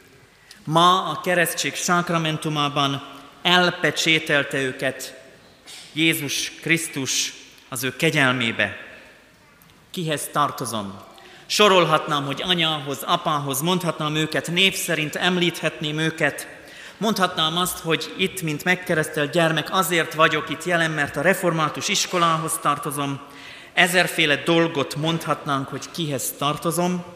[SPEAKER 6] Ma a keresztség sákramentumában elpecsételte őket Jézus Krisztus az ő kegyelmébe. Kihez tartozom? Sorolhatnám, hogy anyához, apához, mondhatnám őket, név szerint említhetném őket, mondhatnám azt, hogy itt, mint megkeresztelt gyermek, azért vagyok itt jelen, mert a református iskolához tartozom, ezerféle dolgot mondhatnánk, hogy kihez tartozom,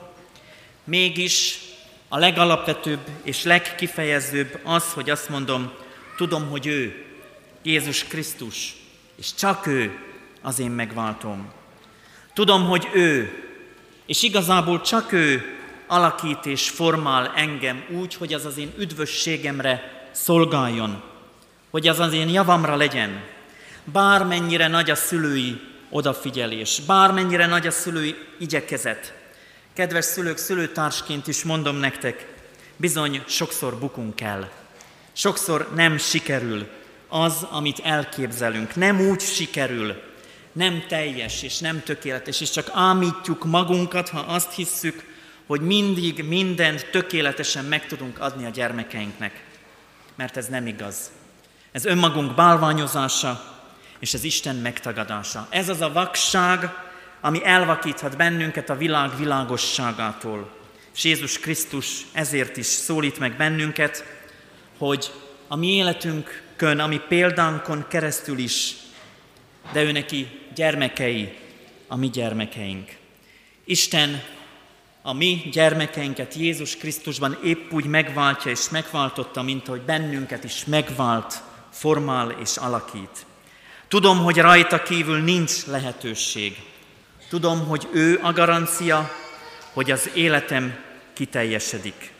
[SPEAKER 6] mégis a legalapvetőbb és legkifejezőbb az, hogy azt mondom, tudom, hogy ő, Jézus Krisztus, és csak ő az én megváltom. Tudom, hogy ő, és igazából csak ő alakít és formál engem úgy, hogy az az én üdvösségemre szolgáljon, hogy az az én javamra legyen. Bármennyire nagy a szülői odafigyelés, bármennyire nagy a szülői igyekezet. Kedves szülők, szülőtársként is mondom nektek, bizony sokszor bukunk el. Sokszor nem sikerül az, amit elképzelünk. Nem úgy sikerül, nem teljes és nem tökéletes, és csak ámítjuk magunkat, ha azt hisszük, hogy mindig mindent tökéletesen meg tudunk adni a gyermekeinknek. Mert ez nem igaz. Ez önmagunk bálványozása, és ez Isten megtagadása. Ez az a vakság, ami elvakíthat bennünket a világ világosságától. És Jézus Krisztus ezért is szólít meg bennünket, hogy a mi életünkön, a mi példánkon keresztül is, de ő neki gyermekei, a mi gyermekeink. Isten a mi gyermekeinket Jézus Krisztusban épp úgy megváltja és megváltotta, mint ahogy bennünket is megvált, formál és alakít. Tudom, hogy rajta kívül nincs lehetőség. Tudom, hogy ő a garancia, hogy az életem kiteljesedik.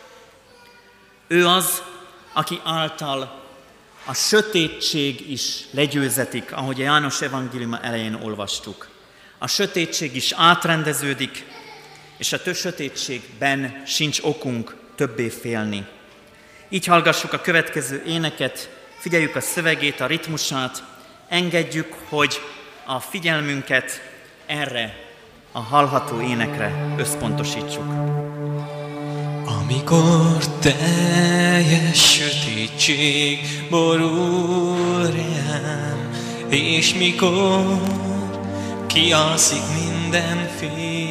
[SPEAKER 6] Ő az, aki által a sötétség is legyőzetik, ahogy a János evangéliuma elején olvastuk. A sötétség is átrendeződik, és a sötétségben sincs okunk többé félni. Így hallgassuk a következő éneket, figyeljük a szövegét, a ritmusát, engedjük, hogy a figyelmünket erre a hallható énekre összpontosítsuk.
[SPEAKER 9] Amikor teljes sötétség borul rám, és mikor kialszik minden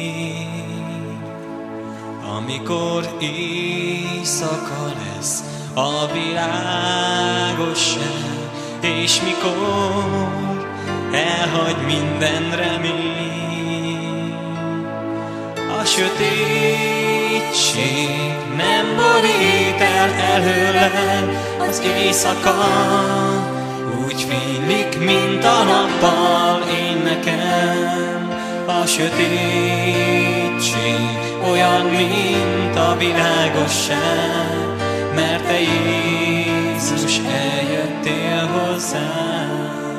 [SPEAKER 9] fény, amikor éjszaka lesz a világosság, és mikor elhagy minden remény. A sötétség nem borít el előled, az éjszaka úgy fénylik, mint a nappal én nekem. A sötétség olyan, mint a világosság, mert te Jézus eljöttél hozzám.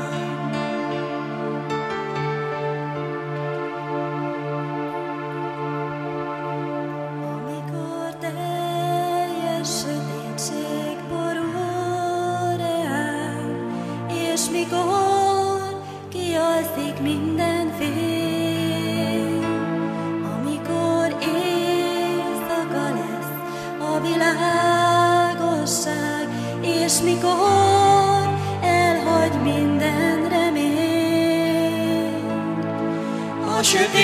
[SPEAKER 10] Amikor teljes sötétség borul reám, és mikor kialszik minden fény, amikor éjszaka lesz a világosság, és mikor elhagy minden remény.
[SPEAKER 9] A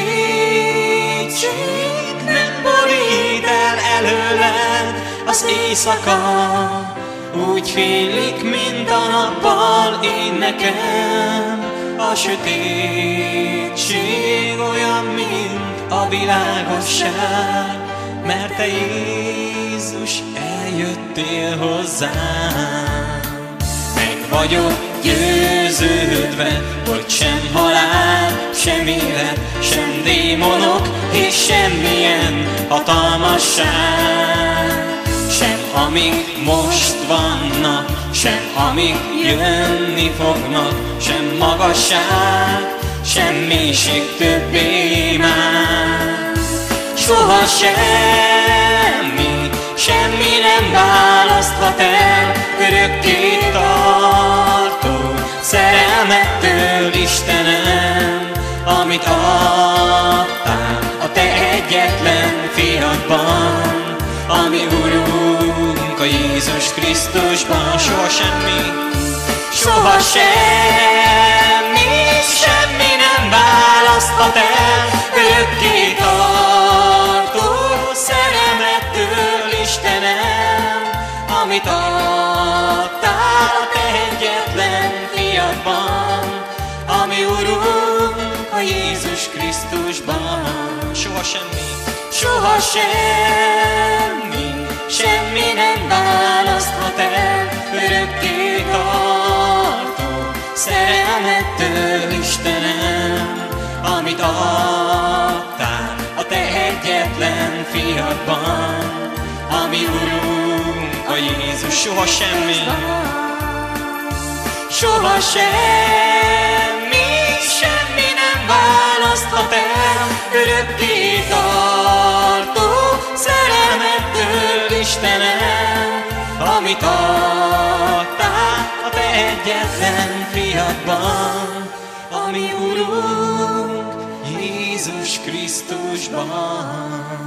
[SPEAKER 9] sötétség nem borít el előled, az éjszaka úgy fénylik, mint a nappal én nekem. A sötétség olyan, mint a világosság, mert te Jézus eljöttél hozzám. Meg vagyok győződve, hogy sem halál, sem élet, sem démonok, és semmilyen hatalmasság, sem amik most vannak, sem amik jönni fognak, sem magasság, sem mélység többé már. Soha semmi nem választhat el örökké tartó szerelmettől, Istenem, amit adtál a te egyetlen fiadban, ami Urunk a Jézus Krisztusban. Soha semmi nem választhat el örökké tartó szerelmettől, Istenem, amit adtál a te egyetlen fiadban, ami Urunk a Jézus Krisztusban. Soha semmi nem választhat el örökké tartó szerelmettől, Istenem, amit adtál a te egyetlen fiadban, ami Urunk a Jézus. Soha semmi nem választhat el örökké tartó szerelmettől, Istenem, amit adtál a te egyetlen fiadban, ami Urunk Jézus Krisztusban.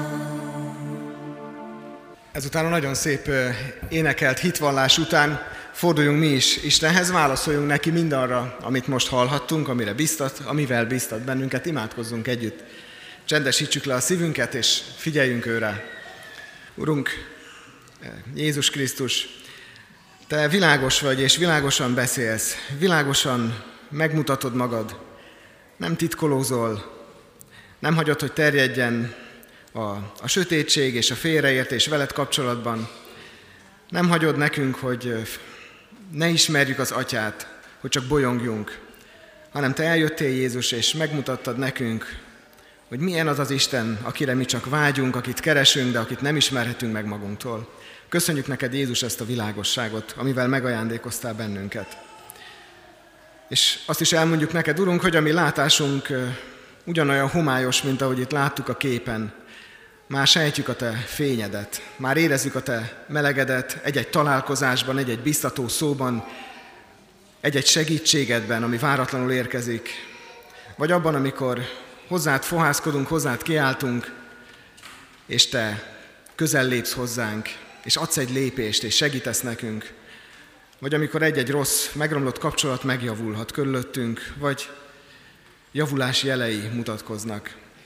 [SPEAKER 11] Ezután a nagyon szép énekelt hitvallás után forduljunk mi is Istenhez, válaszoljunk neki mindarra, amit most hallhattunk, amivel biztat bennünket, imádkozzunk együtt. Csendesítsük le a szívünket, és figyeljünk őre. Urunk, Jézus Krisztus, te világos vagy, és világosan beszélsz, világosan megmutatod magad, nem titkolózol, nem hagyod, hogy terjedjen a sötétség és a félreértés veled kapcsolatban. Nem hagyod nekünk, hogy ne ismerjük az Atyát, hogy csak bolyongjunk, hanem te eljöttél, Jézus, és megmutattad nekünk, hogy milyen az az Isten, akire mi csak vágyunk, akit keresünk, de akit nem ismerhetünk meg magunktól. Köszönjük neked, Jézus, ezt a világosságot, amivel megajándékoztál bennünket. És azt is elmondjuk neked, Urunk, hogy a mi látásunk ugyanolyan homályos, mint ahogy itt láttuk a képen. Már sejtjük a te fényedet, már érezzük a te melegedet egy-egy találkozásban, egy-egy biztató szóban, egy-egy segítségedben, ami váratlanul érkezik, vagy abban, amikor hozzád fohászkodunk, hozzád kiáltunk, és te közel lépsz hozzánk, és adsz egy lépést, és segítesz nekünk, vagy amikor egy-egy rossz, megromlott kapcsolat megjavulhat körülöttünk, vagy javulás jelei mutatkoznak.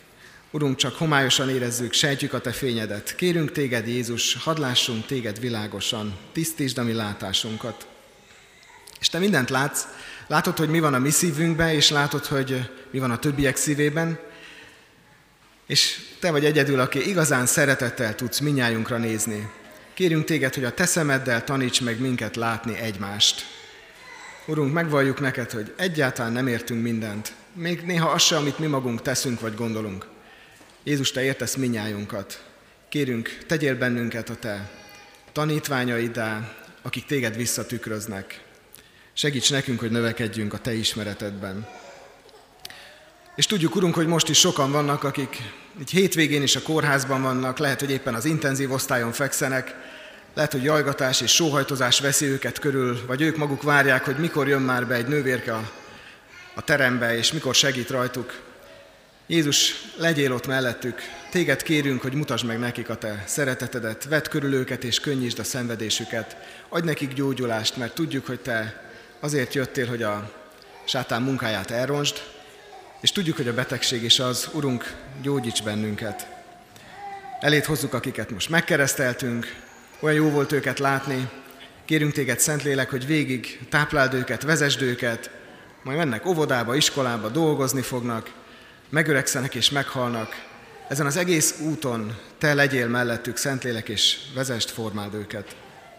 [SPEAKER 11] Urunk, csak homályosan érezzük, sejtjük a Te fényedet. Kérünk Téged, Jézus, hadd lássunk Téged világosan, tisztítsd a mi látásunkat. És Te mindent látsz, látod, hogy mi van a mi szívünkben, és látod, hogy mi van a többiek szívében, és Te vagy egyedül, aki igazán szeretettel tudsz mindnyájunkra nézni. Kérünk Téged, hogy a Te szemeddel taníts meg minket látni egymást. Urunk, megvalljuk neked, hogy egyáltalán nem értünk mindent. Még néha az se, amit mi magunk teszünk vagy gondolunk. Jézus, Te értesz mindnyájunkat. Kérünk, tegyél bennünket a Te tanítványaiddá, akik Téged visszatükröznek. Segíts nekünk, hogy növekedjünk a Te ismeretedben. És tudjuk, Urunk, hogy most is sokan vannak, akik így hétvégén is a kórházban vannak, lehet, hogy éppen az intenzív osztályon fekszenek, lehet, hogy jajgatás és sóhajtozás veszi őket körül, vagy ők maguk várják, hogy mikor jön már be egy nővérke a terembe, és mikor segít rajtuk. Jézus, legyél ott mellettük, Téged kérünk, hogy mutasd meg nekik a Te szeretetedet, vedd körül őket és könnyítsd a szenvedésüket, adj nekik gyógyulást, mert tudjuk, hogy Te azért jöttél, hogy a sátán munkáját elrontsd, és tudjuk, hogy a betegség is az. Urunk, gyógyíts bennünket. Eléd hozzuk, akiket most megkereszteltünk, olyan jó volt őket látni, kérünk Téged, Szentlélek, hogy végig tápláld őket, vezesd őket, majd mennek óvodába, iskolába, dolgozni fognak, megöregszenek és meghalnak. Ezen az egész úton Te legyél mellettük, Szentlélek, és vezesd, formáld őket.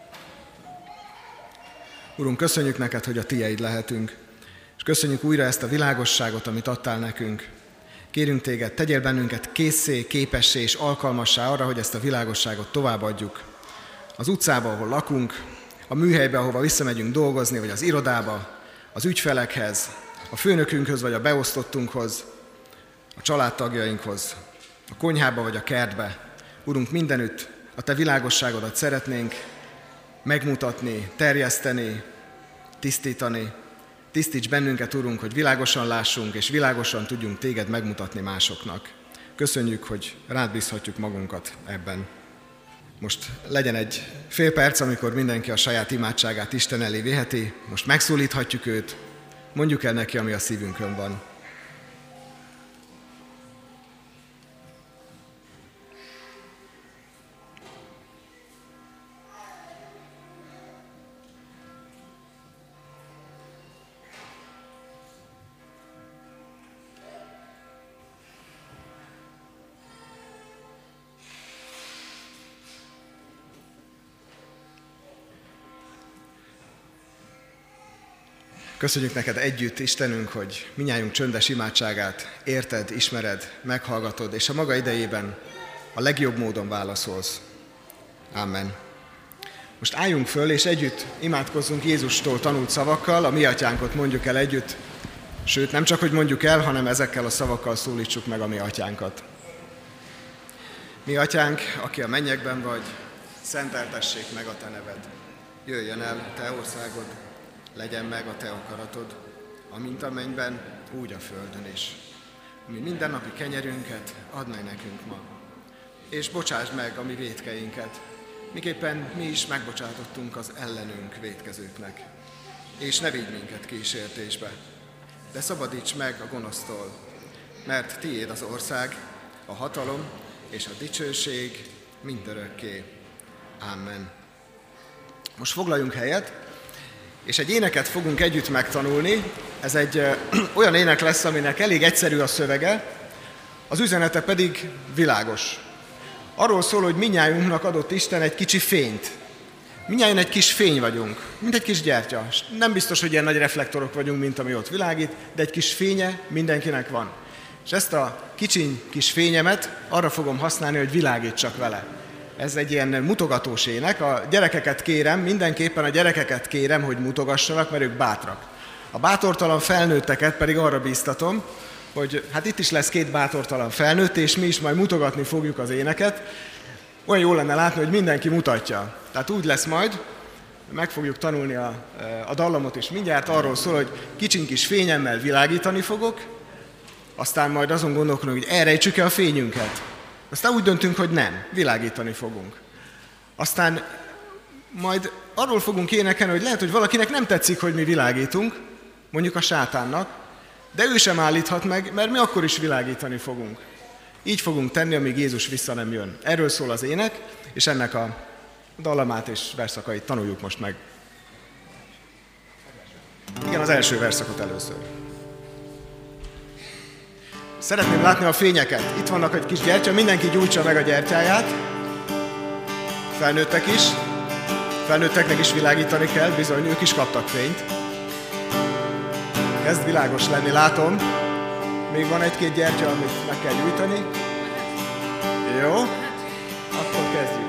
[SPEAKER 11] Urunk, köszönjük neked, hogy a Tieid lehetünk, és köszönjük újra ezt a világosságot, amit adtál nekünk. Kérünk Téged, tegyél bennünket készé, képessé és alkalmassá arra, hogy ezt a világosságot továbbadjuk. Az utcába, ahol lakunk, a műhelybe, ahova visszamegyünk dolgozni, vagy az irodába, az ügyfelekhez, a főnökünkhöz, vagy a beosztottunkhoz, a családtagjainkhoz, a konyhába, vagy a kertbe. Urunk, mindenütt a Te világosságodat szeretnénk megmutatni, terjeszteni, tisztítani. Tisztíts bennünket, Urunk, hogy világosan lássunk, és világosan tudjunk Téged megmutatni másoknak. Köszönjük, hogy rád bízhatjuk magunkat ebben. Most legyen egy fél perc, amikor mindenki a saját imádságát Isten elé viheti. Most megszólíthatjuk őt, mondjuk el neki, ami a szívünkön van. Köszönjük neked együtt, Istenünk, hogy mindnyájunk csöndes imádságát érted, ismered, meghallgatod, és a maga idejében a legjobb módon válaszolsz. Amen. Most álljunk föl, és együtt imádkozzunk Jézustól tanult szavakkal, a mi atyánkot mondjuk el együtt, sőt, nem csak, hogy mondjuk el, hanem ezekkel a szavakkal szólítsuk meg a mi atyánkat. Mi atyánk, aki a mennyekben vagy, szenteltessék meg a te neved. Jöjjön el te országod, legyen meg a te akaratod, amint a mennyben, úgy a földön is. Mi mindennapi kenyerünket add meg nekünk ma, és bocsásd meg a mi vétkeinket, miképpen mi is megbocsátottunk az ellenünk vétkezőknek. És ne vigy minket kísértésbe, de szabadíts meg a gonosztól, mert tiéd az ország, a hatalom és a dicsőség mindörökké. Amen. Most foglaljunk helyet, és egy éneket fogunk együtt megtanulni. Ez egy olyan ének lesz, aminek elég egyszerű a szövege, az üzenete pedig világos. Arról szól, hogy mindnyájunknak adott Isten egy kicsi fényt. Mindnyáján egy kis fény vagyunk, mint egy kis gyertya. Nem biztos, hogy ilyen nagy reflektorok vagyunk, mint ami ott világít, de egy kis fénye mindenkinek van. És ezt a kicsiny kis fényemet arra fogom használni, hogy világítsak vele. Ez egy ilyen mutogatós ének. A gyerekeket kérem, mindenképpen a gyerekeket kérem, hogy mutogassanak, mert ők bátrak. A bátortalan felnőtteket pedig arra bíztatom, hogy hát itt is lesz két bátortalan felnőtt, és mi is majd mutogatni fogjuk az éneket. Olyan jó lenne látni, hogy mindenki mutatja. Tehát úgy lesz majd, meg fogjuk tanulni a dallamot is mindjárt, arról szól, hogy kicsiny kis fényemmel világítani fogok, aztán majd azon gondolkodunk, hogy elrejtsük-e a fényünket. Aztán úgy döntünk, hogy nem, világítani fogunk. Aztán majd arról fogunk énekelni, hogy lehet, hogy valakinek nem tetszik, hogy mi világítunk, mondjuk a sátánnak, de ő sem állíthat meg, mert mi akkor is világítani fogunk. Így fogunk tenni, amíg Jézus vissza nem jön. Erről szól az ének, és ennek a dallamát és verszakait tanuljuk most meg. Igen, az első verszakot először. Szeretném látni a fényeket. Itt vannak egy kis gyertya, mindenki gyújtsa meg a gyertyáját. Felnőttek is. Felnőtteknek is világítani kell, bizony, ők is kaptak fényt. Kezd világos lenni, látom. Még van egy-két gyertya, amit meg kell gyújtani. Jó, akkor kezdjük.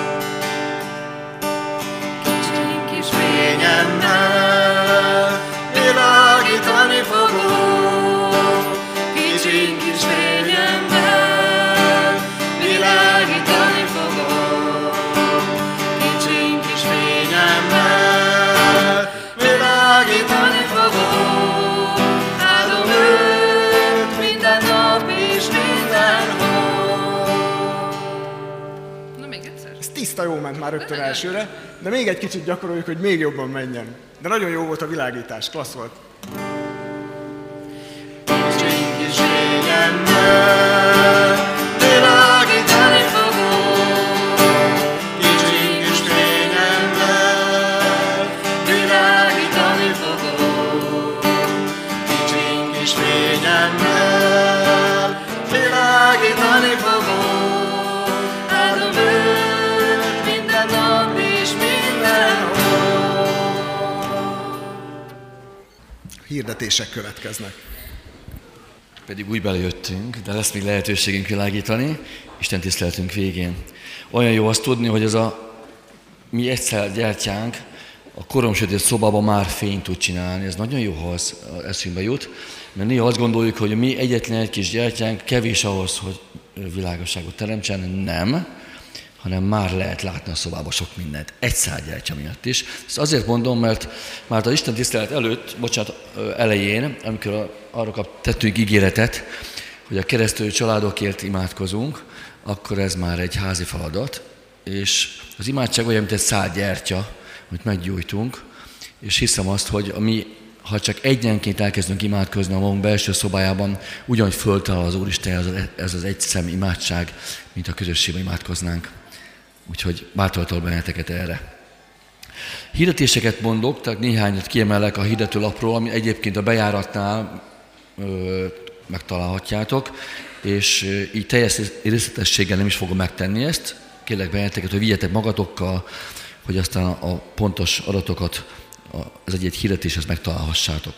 [SPEAKER 12] Kicsi kis fényemmel világítani fogok. Kicsi kis fényemmel világítani fogok. Kicsi kis fényemmel világítani fogok. Áldom őt minden nap és mindenhol. Na még egyszer.
[SPEAKER 11] Ez tiszta jó ment már rögtön elsőre, de még egy kicsit gyakoroljuk, hogy még jobban menjen. De nagyon jó volt a világítás, klassz volt.
[SPEAKER 12] Kis fényemmel világítani fogok. Kicsi kis fényemmel világítani fogok. Kicsi kis fényemmel világítani fogok. Áldom őt minden nap és mindenhol.
[SPEAKER 11] Hirdetések következnek.
[SPEAKER 1] Pedig úgy belejöttünk, de lesz még lehetőségünk világítani, Isten tiszteletünk végén. Olyan jó azt tudni, hogy ez a mi egyszer gyertyánk a koromsötét szobában már fényt tud csinálni. Ez nagyon jó, ha az eszünkbe jut, mert néha azt gondoljuk, hogy mi egyetlen egy kis gyertyánk kevés ahhoz, hogy világosságot teremtsen. Nem, hanem már lehet látni a szobában sok mindent. Egy szárgyertya miatt is. Ezt azért mondom, mert már az Isten tisztelet elején, amikor arra tettünk ígéretet, hogy a keresztülő családokért imádkozunk, akkor ez már egy házi feladat, és az imádság olyan, mint egy szárgyertya, amit meggyújtunk, és hiszem azt, hogy ha csak egyenként elkezdünk imádkozni a magunk belső szobájában, ugyanúgy föltalál az Úristen ez az egy szem imádság, mint a közösségben imádkoznánk. Úgyhogy bátortalak benneteket erre. Hirdetéseket mondok, tehát néhányat kiemelek a hirdetőlapról, ami egyébként a bejáratnál megtalálhatjátok, és így teljes részletességgel nem is fogom megtenni ezt. Kérlek benneteket, hogy vigyetek magatokkal, hogy aztán a pontos adatokat az egy hirdetéshez megtalálhassátok.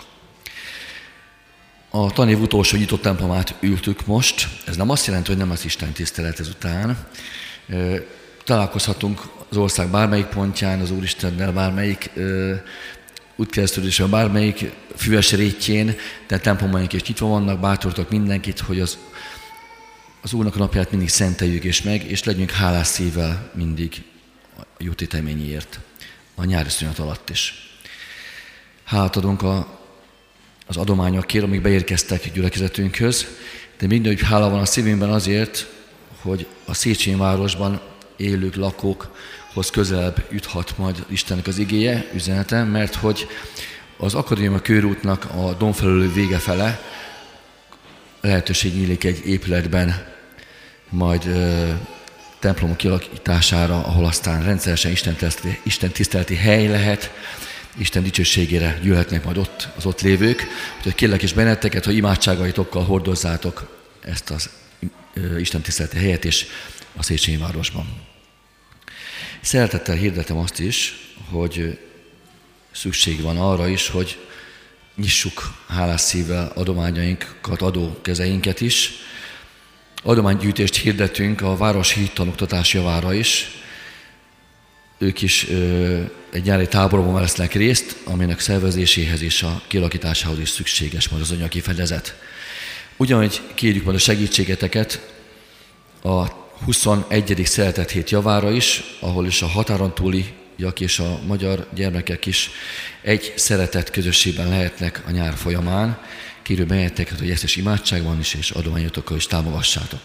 [SPEAKER 1] A tanév utolsó nyitott templomát ültük most. Ez nem azt jelenti, hogy nem az Isten tisztelet ezután. Találkozhatunk az ország bármelyik pontján, az Úristennel bármelyik útkeresztülésen, bármelyik füves rétjén, de templomaink is nyitva vannak, bátortok mindenkit, hogy az Úrnak a napját mindig szenteljük és legyünk hálás szívvel mindig a jó téteményéért, a nyári szünet alatt is. Hálát adunk az adományokért, amik beérkeztek gyülekezetünkhöz, de mindenütt hála van a szívünkben azért, hogy a Széchenyi városban élők, lakókhoz közelebb juthat majd Istennek az igéje, üzenete, mert hogy az Akadémia körútnak a Domfelülő vége fele lehetőség nyílik egy épületben majd templomok kialakítására, ahol aztán rendszeresen Isten tiszteleti hely lehet, Isten dicsőségére gyűlhetnek majd ott az ott lévők. Úgyhogy kérlek is benneteket, hogy imádságaitokkal hordozzátok ezt az Isten tiszteleti helyet is a Széchenyi városban. Szeretettel hirdetem azt is, hogy szükség van arra is, hogy nyissuk hálás szívvel adományainkat, adókezeinket is. Adománygyűjtést hirdetünk a városi hittanoktatás javára is. Ők is egy nyári táborban vesznek részt, aminek szervezéséhez és a kialakításához is szükséges majd az anyagi fedezet. Ugyanúgy kérjük majd a segítségeteket a 21. Szeretett Hét javára is, ahol is a határon túliak és a magyar gyermekek is egy szeretett közösségben lehetnek a nyár folyamán. Kérjük benneteket, hogy ezt is imádságban is és adományotokkal is támogassátok.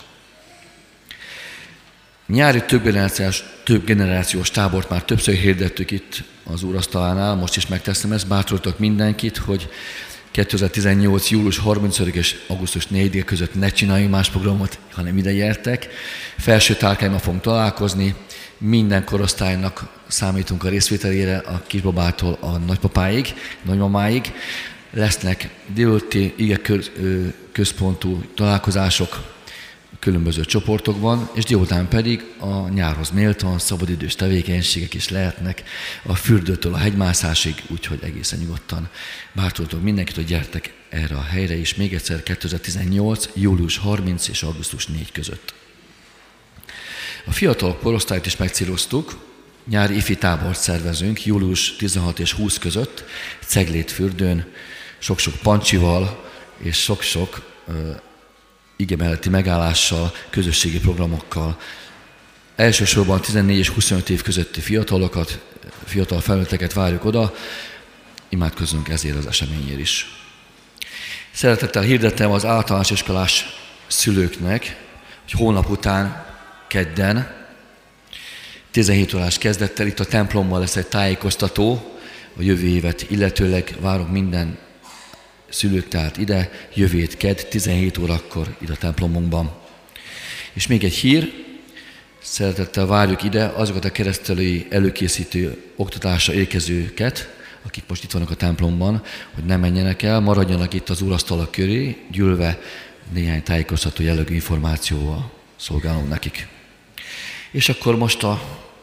[SPEAKER 1] Nyári több generációs tábort már többször hirdettük itt az úrasztalánál, most is megteszem ezt, bátorítok mindenkit, hogy 2018. július 35 és augusztus 4 között ne csináljunk más programot, hanem ide gyertek. Felső tárkányban fogunk találkozni, minden korosztálynak számítunk a részvételére, a kisbabától a nagypapáig, nagymamáig. Lesznek délelőtti ige központú találkozások különböző csoportokban, és délután pedig a nyárhoz méltóan szabadidős tevékenységek is lehetnek a fürdőtől a hegymászásig, úgyhogy egészen nyugodtan bátorítok mindenkit, hogy gyertek erre a helyre is, még egyszer 2018. július 30 és augusztus 4 között. A fiatal korosztályt is megcéloztuk, nyári ifi tábort szervezünk július 16 és 20 között, Ceglédfürdőn, sok-sok pancsival és sok-sok ige melletti megállással, közösségi programokkal. Elsősorban 14 és 25 év közötti fiatalokat, fiatal felnőtteket várjuk oda, imádkozzunk ezért az eseményért is. Szeretettel hirdettem az általános iskolás szülőknek, hogy hónap után, kedden, 17 órás kezdettel itt a templomban lesz egy tájékoztató, a jövő évet illetőleg várunk minden szülők tehát ide, jövő hét kedd, 17 órakor ide a templomunkban. És még egy hír, szeretettel várjuk ide azokat a keresztelői előkészítő oktatásra érkezőket, akik most itt vannak a templomban, hogy ne menjenek el, maradjanak itt az úrasztalak köré, gyűlve néhány tájékoztató jellegű információval szolgálunk nekik. És akkor most a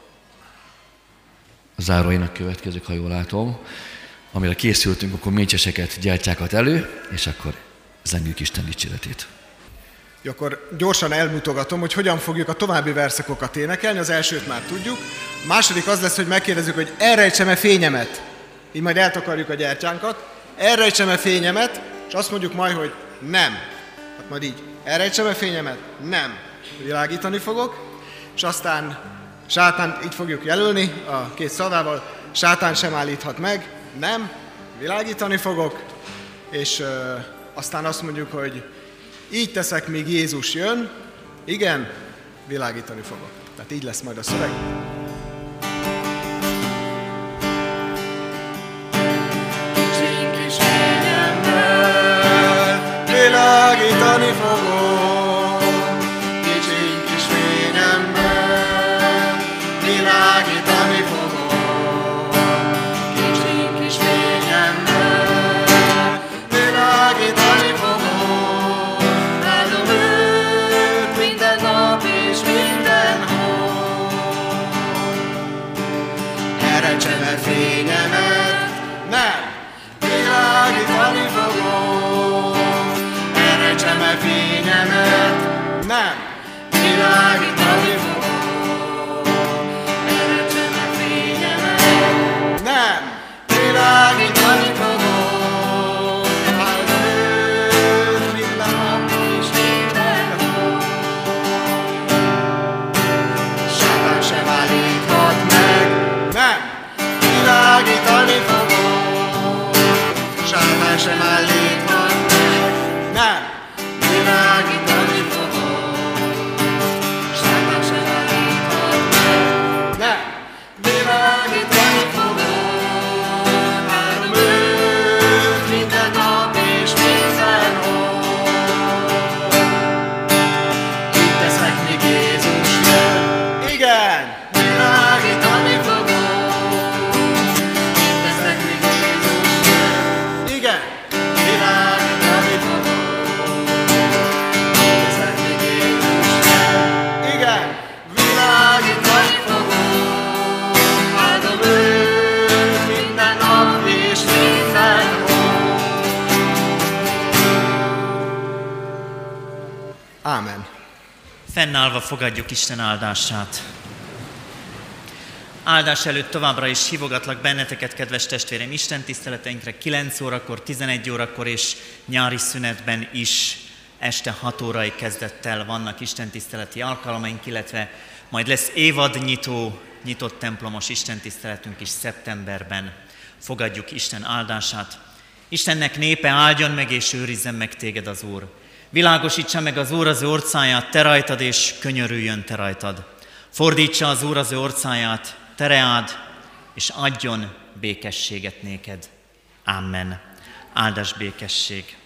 [SPEAKER 1] záróinak következők, ha jól látom, amire készültünk, akkor mécseseket, gyertyákat elő, és akkor zengjük Isten dicséretét.
[SPEAKER 11] Akkor gyorsan elmutogatom, hogy hogyan fogjuk a további verszakokat énekelni. Az elsőt már tudjuk. A második az lesz, hogy megkérdezzük, hogy elrejtsem-e fényemet. Így majd eltakarjuk a gyertyánkat. Elrejtsem-e fényemet, és azt mondjuk majd, hogy nem. Hát majd így, elrejtsem-e fényemet? Nem. Világítani fogok, és aztán sátán így fogjuk jelölni a két szavával. Sátán sem állíthat meg. Nem, világítani fogok, és aztán azt mondjuk, hogy így teszek, míg Jézus jön, igen, világítani fogok. Tehát így lesz majd a szöveg.
[SPEAKER 12] Kicsiny kis fényemmel világítani fogok. Kicsiny kis fényemmel világítani fogok.
[SPEAKER 11] Fényemet nem világítani fogom. Elrejtsem-e fényemet? Nem világítani fogom. Elrejtsem-e fényemet? Nem világítani fogom. Áldom őt minden nap és mindenhol. Sátán sem állíthat meg. Nem világítani fogom, sátán sem állíthat meg. Nem, világítani fogom, sátán sem állíthat meg. Nem, világítani fogom, várom őt minden nap és mindenhol. Itt teszek, míg Jézus jön. Igen, világítani fogom. Ámen.
[SPEAKER 6] Fennállva fogadjuk Isten áldását. Áldás előtt továbbra is hívogatlak benneteket, kedves testvérem, Isten tiszteleteinkre 9 órakor, 11 órakor és nyári szünetben is este 6 órai kezdettel vannak istentiszteleti alkalmaink, illetve majd lesz évadnyitó, nyitott templomos istentiszteletünk is szeptemberben. Fogadjuk Isten áldását. Istennek népe, áldjon meg és őrizzen meg téged az Úr. Világosítsa meg az Úr az ő orcáját te rajtad, és könyörüljön te rajtad. Fordítsa az Úr az ő orcáját te reád, és adjon békességet néked. Amen. áldás békesség.